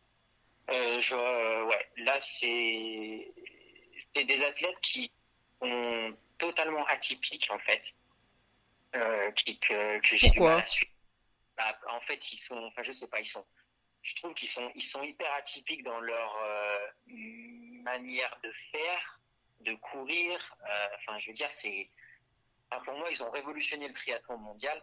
Euh, je, euh, ouais, là, c'est, c'est des athlètes qui sont totalement atypiques, en fait, euh, qui, que, que j'ai du mal à Pourquoi? suivre. Bah, en fait, ils sont, enfin, je sais pas, ils sont, je trouve qu'ils sont, ils sont hyper atypiques dans leur euh, manière de faire, de courir. Euh, Enfin, je veux dire, c'est, enfin, pour moi, ils ont révolutionné le triathlon mondial.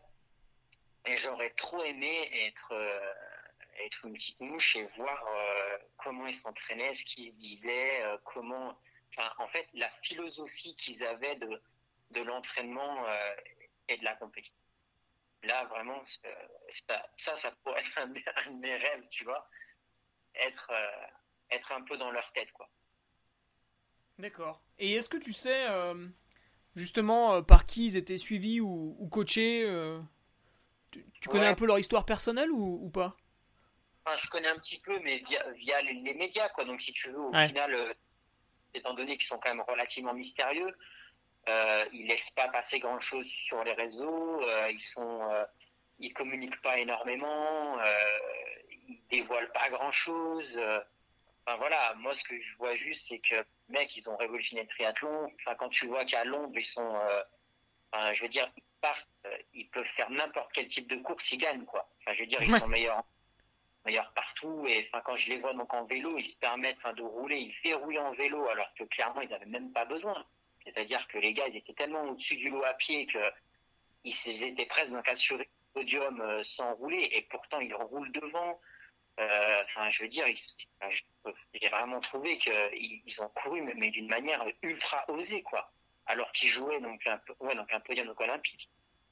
Et j'aurais trop aimé être, euh, être une petite mouche et voir euh, comment ils s'entraînaient, ce qu'ils se disaient, euh, comment, enfin, en fait, la philosophie qu'ils avaient de, de l'entraînement euh, et de la compétition. Là, vraiment, euh, ça, ça, ça pourrait être un, un de mes rêves, tu vois, être, euh, être un peu dans leur tête, quoi. D'accord. Et est-ce que tu sais euh, justement euh, par qui ils étaient suivis ou, ou coachés euh, tu, tu connais un Ouais, peu leur histoire personnelle ou, ou pas? enfin, je connais un petit peu, mais via, via les, les médias, quoi. Donc, si tu veux, au Ouais. final, euh, étant donné qu'ils sont quand même relativement mystérieux, Euh, ils laissent pas passer grand chose sur les réseaux. Euh, ils sont, euh, ils communiquent pas énormément. Euh, ils dévoilent pas grand chose. Euh, enfin voilà, moi ce que je vois juste, c'est que mec, ils ont révolutionné le triathlon. Enfin quand tu vois qu'à Londres ils sont, euh, enfin, je veux dire, ils partent, euh, ils peuvent faire n'importe quel type de course, ils gagnent quoi. Enfin je veux dire, ils Ouais. sont meilleurs, meilleurs partout. Et enfin quand je les vois donc en vélo, ils se permettent enfin, de rouler, ils verrouillent en vélo alors que clairement ils n'avaient même pas besoin. C'est-à-dire que les gars, ils étaient tellement au-dessus du lot à pied qu'ils étaient presque donc assurés du podium euh, sans rouler, et pourtant ils roulent devant. Euh, Enfin, je veux dire, ils, enfin, j'ai vraiment trouvé qu'ils ils ont couru, mais, mais d'une manière ultra osée, quoi. Alors qu'ils jouaient donc un, ouais, donc un podium donc olympique.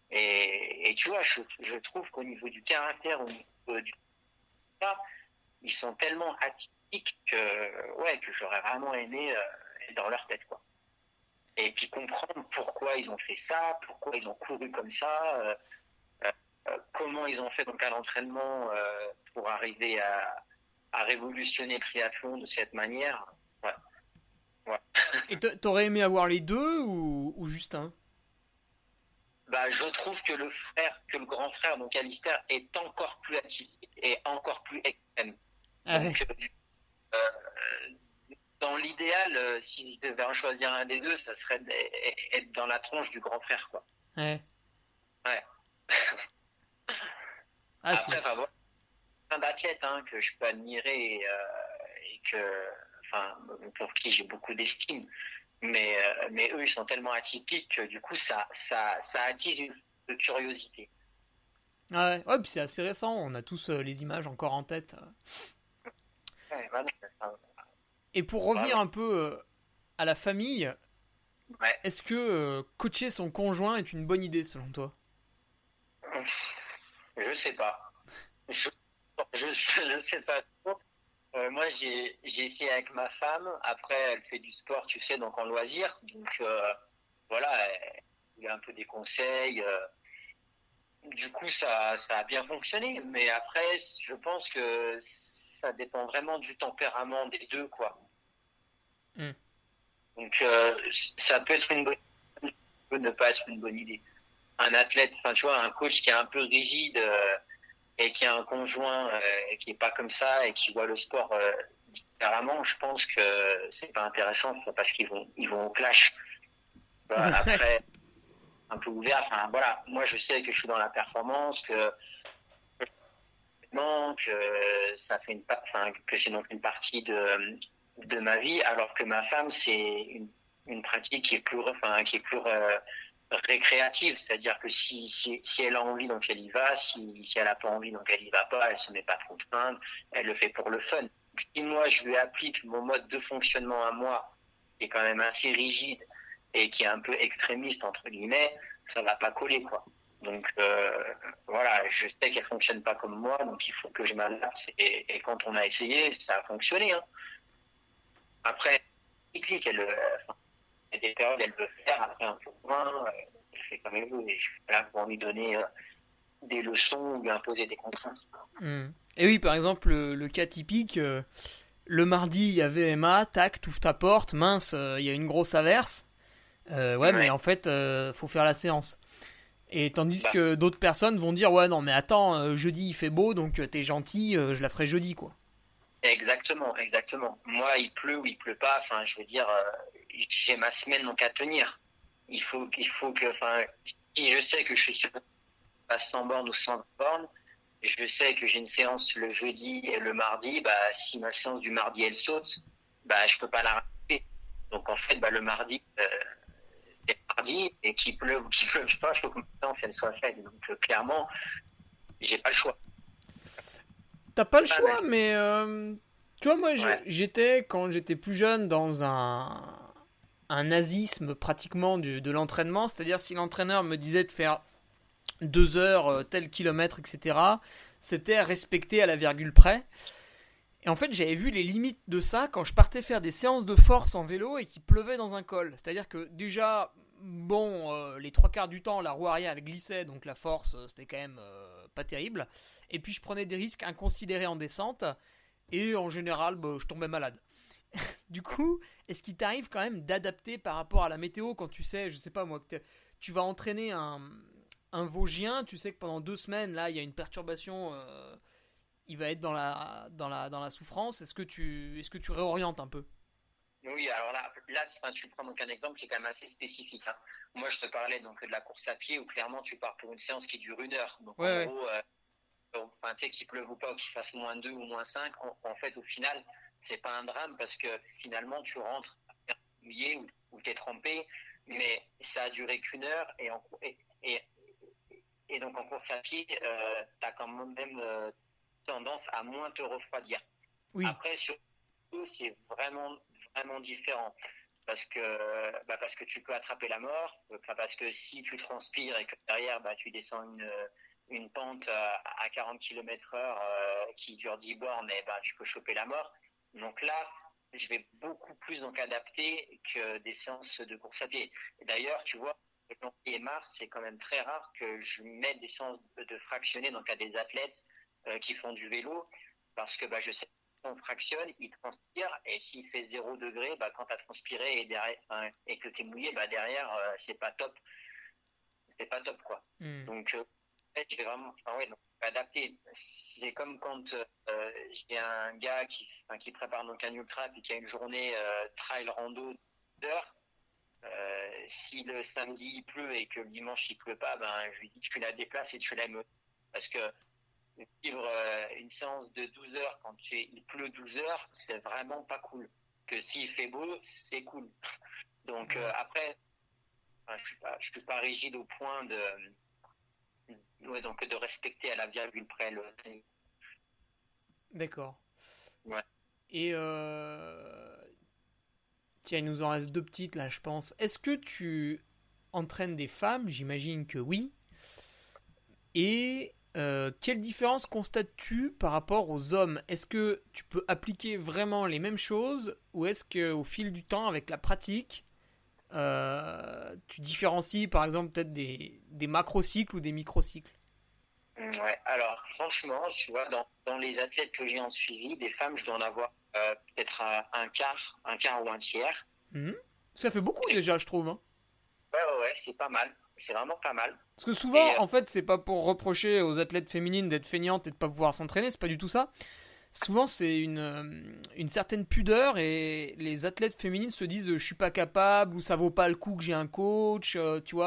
Et, et tu vois, je, je trouve qu'au niveau du caractère, au niveau du ça, ils sont tellement atypiques que, ouais, que j'aurais vraiment aimé euh, être dans leur tête, quoi. Et puis comprendre pourquoi ils ont fait ça, pourquoi ils ont couru comme ça, euh, euh, comment ils ont fait donc à l'entraînement euh, pour arriver à, à révolutionner le triathlon de cette manière. Ouais, ouais. Et t'aurais aimé avoir les deux ou, ou juste un? Bah, je trouve que le frère, que le grand frère, donc Alistair, est encore plus atypique et encore plus extrême. Ah ouais. Donc, euh, dans l'idéal, euh, s'ils devaient en choisir un des deux, ça serait d'être dans la tronche du grand frère, quoi. Ouais. Ouais. Ah si. Après, enfin, voilà, plein d'athlètes hein, que je peux admirer et, euh, et que, enfin, pour qui j'ai beaucoup d'estime. Mais, euh, mais eux, ils sont tellement atypiques que du coup, ça, ça, ça attise une de curiosité. Ah ouais. Ouais, puis c'est assez récent, on a tous euh, les images encore en tête. Ouais, vraiment, Et pour revenir vraiment. un peu euh, à la famille, Ouais. est-ce que euh, coacher son conjoint est une bonne idée selon toi? Je sais pas. Je, je, je sais pas trop. Euh, moi, j'ai, j'ai essayé avec ma femme. Après, elle fait du sport, tu sais, donc en loisir. Donc, euh, voilà, elle, il y a un peu des conseils. Euh, du coup, ça, ça a bien fonctionné. Mais après, je pense que ça dépend vraiment du tempérament des deux, quoi. Hmm. Donc, euh, ça peut être une bonne idée, ça peut ne pas être une bonne idée. Un athlète, enfin, tu vois, un coach qui est un peu rigide euh, et qui a un conjoint euh, qui est pas comme ça et qui voit le sport euh, différemment, je pense que c'est pas intéressant parce qu'ils vont, ils vont au clash. Tu vois, Ouais. après, un peu ouvert. Enfin, voilà, moi, je sais que je suis dans la performance, que que ça fait une, enfin, que c'est donc une partie de de ma vie, alors que ma femme, c'est une, une pratique qui est plus, enfin, qui est plus euh, récréative, c'est-à-dire que si, si si elle a envie, donc elle y va. Si si elle a pas envie, donc elle y va pas. Elle se met pas de contraintes. Elle le fait pour le fun. Si moi je lui applique mon mode de fonctionnement à moi, qui est quand même assez rigide et qui est un peu extrémiste entre guillemets, ça va pas coller, quoi. Donc euh, voilà, je sais qu'elle fonctionne pas comme moi, donc il faut que je m'adapte. Et, et quand on a essayé, ça a fonctionné. Hein. Après, cyclique, elle, euh, enfin, il y a des périodes, elle veut faire, après un peu moins, euh, elle fait comme elle veut. Et je suis là pour lui donner euh, des leçons ou lui imposer des contraintes. Mmh. Et oui, par exemple, le, le cas typique, euh, le mardi, il y avait Emma, tac, t'ouvres ta porte, mince, il euh, y a une grosse averse. Euh, ouais, ouais, mais en fait, euh, faut faire la séance. Et tandis bah. que d'autres personnes vont dire, ouais, non, mais attends, euh, jeudi il fait beau, donc euh, t'es gentil, euh, je la ferai jeudi, quoi. Exactement, exactement. Moi, il pleut ou il pleut pas, enfin, je veux dire, euh, j'ai ma semaine donc à tenir. Il faut, il faut que, enfin, si je sais que je suis sur à cent bornes ou cent bornes, je sais que j'ai une séance le jeudi et le mardi, bah, si ma séance du mardi elle saute, bah, je peux pas la rattraper. Donc en fait, bah, le mardi, euh, c'est mardi, et qu'il pleuve ou qu'il pleuve pas, il faut que ma séance elle soit faite. Donc euh, clairement, j'ai pas le choix. T'as pas le ah, choix, mais euh, tu vois, moi, ouais. j'étais, quand j'étais plus jeune, dans un, un nazisme pratiquement du, de l'entraînement, c'est-à-dire si l'entraîneur me disait de faire deux heures, tel kilomètre, et cetera, c'était respecté à la virgule près. Et en fait, j'avais vu les limites de ça quand je partais faire des séances de force en vélo et qu'il pleuvait dans un col. C'est-à-dire que déjà, bon, euh, les trois quarts du temps, la roue arrière elle glissait, donc la force, c'était quand même euh, pas terrible. Et puis je prenais des risques inconsidérés en descente, et en général, bah, je tombais malade. Du coup, est-ce qu'il t'arrive quand même d'adapter par rapport à la météo quand tu sais, je sais pas moi, que tu vas entraîner un, un Vosgien, tu sais que pendant deux semaines, là, il y a une perturbation, euh, il va être dans la, dans la, dans la souffrance. Est-ce que tu, est-ce que tu réorientes un peu ? Oui, alors là, là enfin, tu prends donc un exemple qui est quand même assez spécifique. Hein. Moi, je te parlais donc de la course à pied où clairement tu pars pour une séance qui dure une heure. Donc ouais, en gros, euh, enfin, tu sais, qu'il pleuve ou pas, ou qu'il fasse moins deux ou moins cinq, en, en fait, au final, c'est pas un drame parce que finalement, tu rentres mouillé ou, ou t'es trempé, mais ça a duré qu'une heure et, en, et, et, et donc en course à pied, euh, t'as quand même euh, tendance à moins te refroidir. Oui. Après, sur c'est vraiment, vraiment différent. Parce que, bah parce que tu peux attraper la mort, parce que si tu transpires et que derrière, bah, tu descends une, une pente à quarante kilomètres heure euh, qui dure dix bornes, et bah, tu peux choper la mort. Donc là, je vais beaucoup plus donc adapter que des séances de course à pied. Et d'ailleurs, tu vois, janvier et mars, c'est quand même très rare que je mette des séances de, de fractionner donc à des athlètes euh, qui font du vélo, parce que bah, je sais on fractionne, il transpire, et s'il fait zéro degré, bah, quand tu as transpiré et, derrière, hein, et que tu es mouillé, bah, derrière, euh, c'est pas top. C'est pas top, quoi. Mm. Donc, euh, je vais vraiment ah ouais, donc, adapter. C'est comme quand euh, j'ai un gars qui, enfin, qui prépare donc un ultra et qui a une journée euh, trail rando d'heures. Euh, si le samedi il pleut et que le dimanche il pleut pas, ben, je lui dis que tu la déplaces et tu la mets. Parce que vivre euh, une séance de douze heures quand tu es, il pleut douze heures, c'est vraiment pas cool. Que s'il fait beau, c'est cool. Donc euh, après, enfin, je suis pas, je suis pas rigide au point de, ouais, donc de respecter à la virgule près le. D'accord. Ouais. Et euh... tiens, il nous en reste deux petites là, je pense. Est-ce que tu entraînes des femmes ? J'imagine que oui. Et Euh, quelle différence constates-tu par rapport aux hommes ? Est-ce que tu peux appliquer vraiment les mêmes choses ou est-ce qu'au fil du temps, avec la pratique, euh, tu différencies par exemple peut-être des, des macrocycles ou des microcycles ? Ouais, alors franchement, tu vois, dans, dans les athlètes que j'ai en suivi, des femmes, je dois en avoir euh, peut-être un, un quart, un quart ou un tiers. Mmh. Ça fait beaucoup Et... déjà, je trouve. Hein. Ouais, ouais, ouais, c'est pas mal. C'est vraiment pas mal. Parce que souvent, et euh... en fait, c'est pas pour reprocher aux athlètes féminines d'être feignantes et de pas pouvoir s'entraîner, c'est pas du tout ça. Souvent, c'est une, une certaine pudeur et les athlètes féminines se disent « je suis pas capable » ou « ça vaut pas le coup que j'ai un coach », euh, tu vois.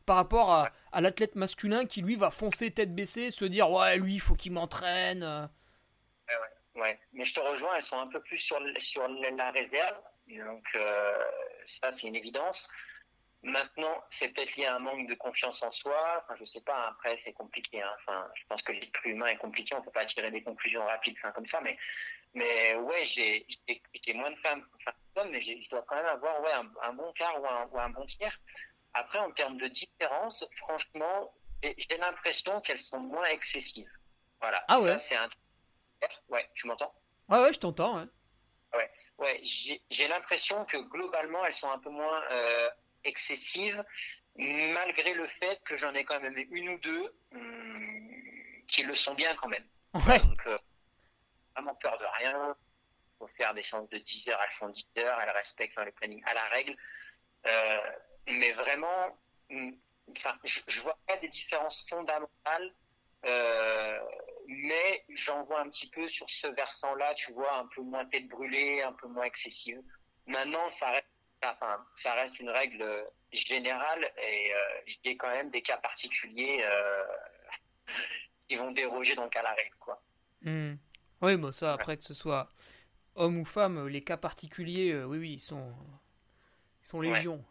par rapport à, à l'athlète masculin qui lui va foncer tête baissée, se dire ouais lui il faut qu'il m'entraîne. Ouais, ouais, ouais. Mais je te rejoins, elles sont un peu plus sur, sur la réserve, donc euh, ça c'est une évidence. Maintenant, c'est peut-être lié à un manque de confiance en soi. Enfin, je sais pas. Après, c'est compliqué. Hein. Enfin, je pense que l'esprit humain est compliqué. On peut pas tirer des conclusions rapides, enfin, comme ça. Mais, mais ouais, j'ai, j'ai, j'ai moins de femmes, enfin, d'hommes, mais j'ai, je dois quand même avoir ouais un, un bon quart ou un, ou un bon tiers. Après, en termes de différence, franchement, j'ai, j'ai l'impression qu'elles sont moins excessives. Voilà. Ah Ça, ouais. c'est un. Ouais, tu m'entends? Ouais ouais, je t'entends. Ouais. Ouais, ouais. J'ai, j'ai l'impression que globalement, elles sont un peu moins euh, excessives, malgré le fait que j'en ai quand même une ou deux hum, qui le sont bien quand même. Ouais. Donc, euh, vraiment peur de rien. Faut faire des séances de dix heures, elles font dix heures, elles respectent enfin, les plannings à la règle. Euh, mais vraiment, hum, enfin, je, je vois pas des différences fondamentales. Euh, mais j'en vois un petit peu sur ce versant-là, tu vois, un peu moins tête brûlée, un peu moins excessive. Maintenant, ça reste, enfin, ça reste une règle générale et euh, il y a quand même des cas particuliers euh, qui vont déroger donc à la règle, quoi. Hmm. Oui, bon ça Ouais. après que ce soit homme ou femme, les cas particuliers, euh, oui oui, ils sont, ils sont Ouais. légion.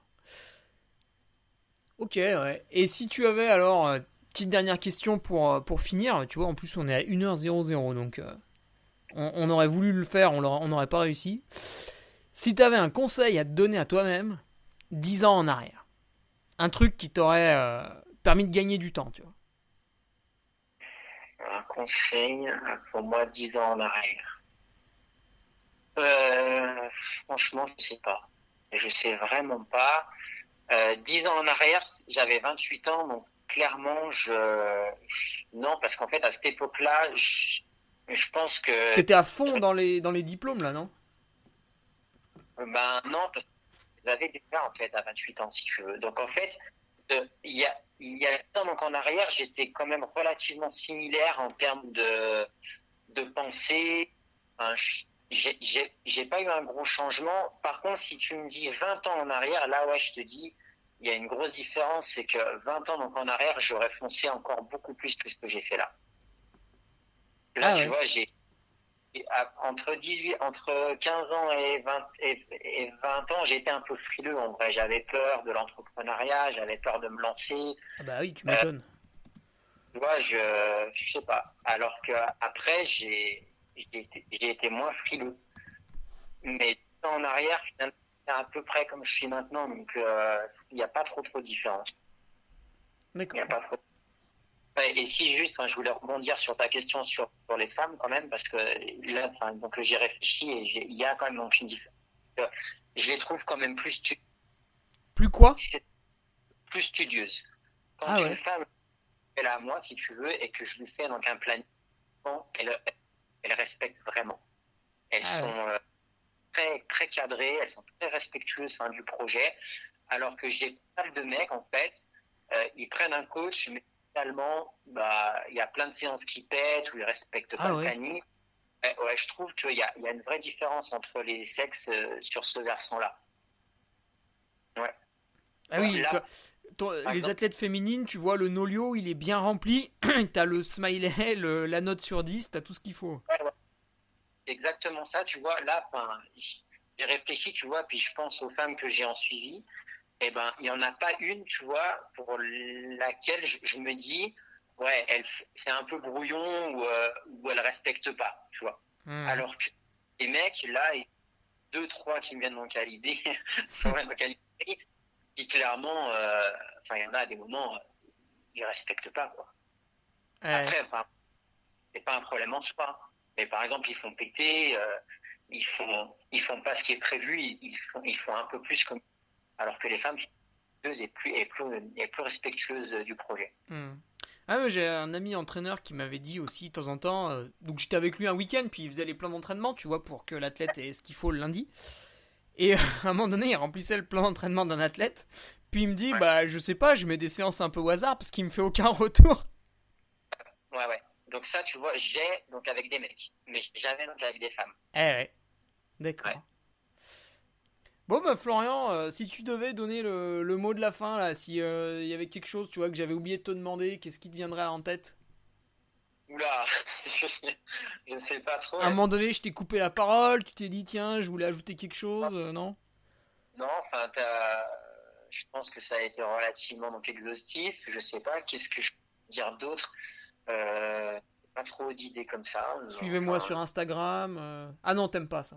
Ok, ouais. Et si tu avais alors, euh, petite dernière question pour, euh, pour finir, tu vois, en plus on est à une heure zéro donc euh, on, on aurait voulu le faire, on l'aurait- on n'aurait pas réussi. Si tu avais un conseil à te donner à toi-même, dix ans en arrière, un truc qui t'aurait euh, permis de gagner du temps, tu vois. Un conseil pour moi dix ans en arrière. Euh, franchement, je sais pas. Je sais vraiment pas. Euh, dix ans en arrière, j'avais vingt-huit ans, donc clairement, je non, parce qu'en fait, à cette époque-là, je, je pense que T'étais à fond dans les, dans les diplômes là, non? ben non, parce que vous avez déjà en fait à vingt-huit ans, si tu veux. Donc en fait, euh, il y a il y a temps donc en arrière, j'étais quand même relativement similaire en termes de de pensée. Enfin, je- j'ai j'ai j'ai pas eu un gros changement. Par contre, si tu me dis vingt ans en arrière, là ouais, je te dis, il y a une grosse différence, c'est que vingt ans donc en arrière, j'aurais foncé encore beaucoup plus que ce que j'ai fait là. Là, Ah tu ouais. vois, j'ai entre dix-huit, entre quinze ans et vingt, et, et vingt ans, j'étais un peu frileux en vrai. J'avais peur de l'entrepreneuriat, j'avais peur de me lancer. Ah bah oui, tu Euh, m'étonnes. tu vois, je, je sais pas. Alors que après, j'ai, j'ai été, j'ai été moins frileux. Mais en arrière, finalement, c'est à peu près comme je suis maintenant, donc euh, il n'y a pas trop trop de différence. Il n'y a D'accord. pas trop. Ouais, et si juste, hein, je voulais rebondir sur ta question sur, sur les femmes quand même, parce que là, enfin, donc j'y réfléchis et j'ai- il y a quand même donc une différence. Euh, Je les trouve quand même plus, stu- Plus quoi? plus studieuses. Ah Quand une ouais. femme est là à moi, si tu veux, et que je lui fais donc un planning, elle, elle respecte vraiment. Elles Ah sont ouais. euh, très très cadrées, elles sont très respectueuses enfin, du projet, alors que j'ai pas mal de mecs en fait, euh, ils prennent un coach, mais finalement, bah, il y a plein de séances qui pètent ou ils respectent pas Ah le ouais. planning. Ouais, ouais, je trouve qu'il y a, il y a une vraie différence entre les sexes euh, sur ce versant-là. Ouais. Ah Bon, oui, que- là, ton- par les exemple, athlètes féminines, tu vois, le Nolio, il est bien rempli. T'as le smiley, le- la note sur dix, t'as tout ce qu'il faut. ouais, ouais, c'est exactement ça, tu vois. Là, enfin, j'ai réfléchi, tu vois, puis je pense aux femmes que j'ai en suivi. Eh ben, il y en a pas une, tu vois, pour laquelle je, je me dis, ouais, elle, c'est un peu brouillon ou, euh, ou elle respecte pas, tu vois. Hmm. Alors que les mecs, là, il y a deux, trois qui me viennent donc à l'idée, sont donc à l'idée, qui clairement, euh, enfin, il y en a à des moments, euh, ils respectent pas, quoi. Ouais. Après, enfin, c'est pas un problème en soi. Mais par exemple, ils font péter, euh, ils font, ils font pas ce qui est prévu, ils, ils font, ils font un peu plus comme, alors que les femmes et plus, et plus, et plus respectueuse du projet. Hmm. Ah ouais, j'ai un ami entraîneur qui m'avait dit aussi de temps en temps, euh, donc j'étais avec lui un week-end, puis il faisait les plans d'entraînement, tu vois, pour que l'athlète ait ce qu'il faut le lundi. Et à un moment donné, il remplissait le plan d'entraînement d'un athlète, puis il me dit, Ouais, bah je sais pas, je mets des séances un peu au hasard parce qu'il me fait aucun retour. ouais, ouais. Donc ça, tu vois, j'ai donc avec des mecs, mais jamais donc avec des femmes. Eh ouais, Ouais. d'accord. Bon bah Florian, euh, si tu devais donner le, le mot de la fin là, si il euh, y avait quelque chose, tu vois, que j'avais oublié de te demander, qu'est-ce qui te viendrait en tête? Oula, je sais, je sais pas trop. À un moment donné, je t'ai coupé la parole, tu t'es dit tiens, je voulais ajouter quelque chose, euh, non? Non, enfin, t'as- je pense que ça a été relativement donc exhaustif. Je sais pas, qu'est-ce que je peux dire d'autre? Euh, pas trop d'idées comme ça. Suivez-moi Enfin, sur Instagram. euh. Ah non, t'aimes pas ça.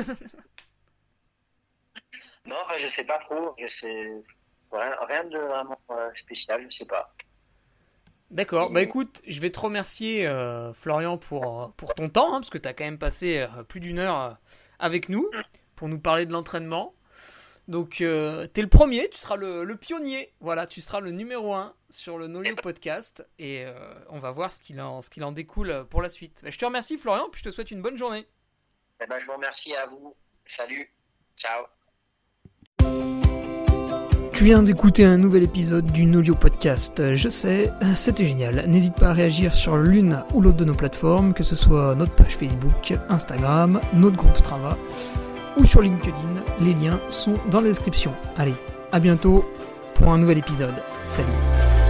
non, enfin, je sais pas trop. Je sais, ouais, rien de vraiment euh, spécial, je sais pas. D'accord, bah Et écoute, je vais te remercier euh, Florian pour, euh, pour ton temps, hein, parce que tu as quand même passé euh, plus d'une heure euh, avec nous pour nous parler de l'entraînement. Donc euh, t'es le premier, tu seras le, le pionnier, voilà, tu seras le numéro un sur le Nolio Podcast et euh, on va voir ce qu'il en, ce qu'il en découle pour la suite. Bah, je te remercie Florian, puis je te souhaite une bonne journée. eh ben, je vous remercie à vous. Salut, ciao. Tu viens d'écouter un nouvel épisode du Nolio Podcast. Je sais, c'était génial. N'hésite pas à réagir sur l'une ou l'autre de nos plateformes, que ce soit notre page Facebook, Instagram, notre groupe Strava ou sur LinkedIn. Les liens sont dans la description. Allez, à bientôt pour un nouvel épisode. Salut.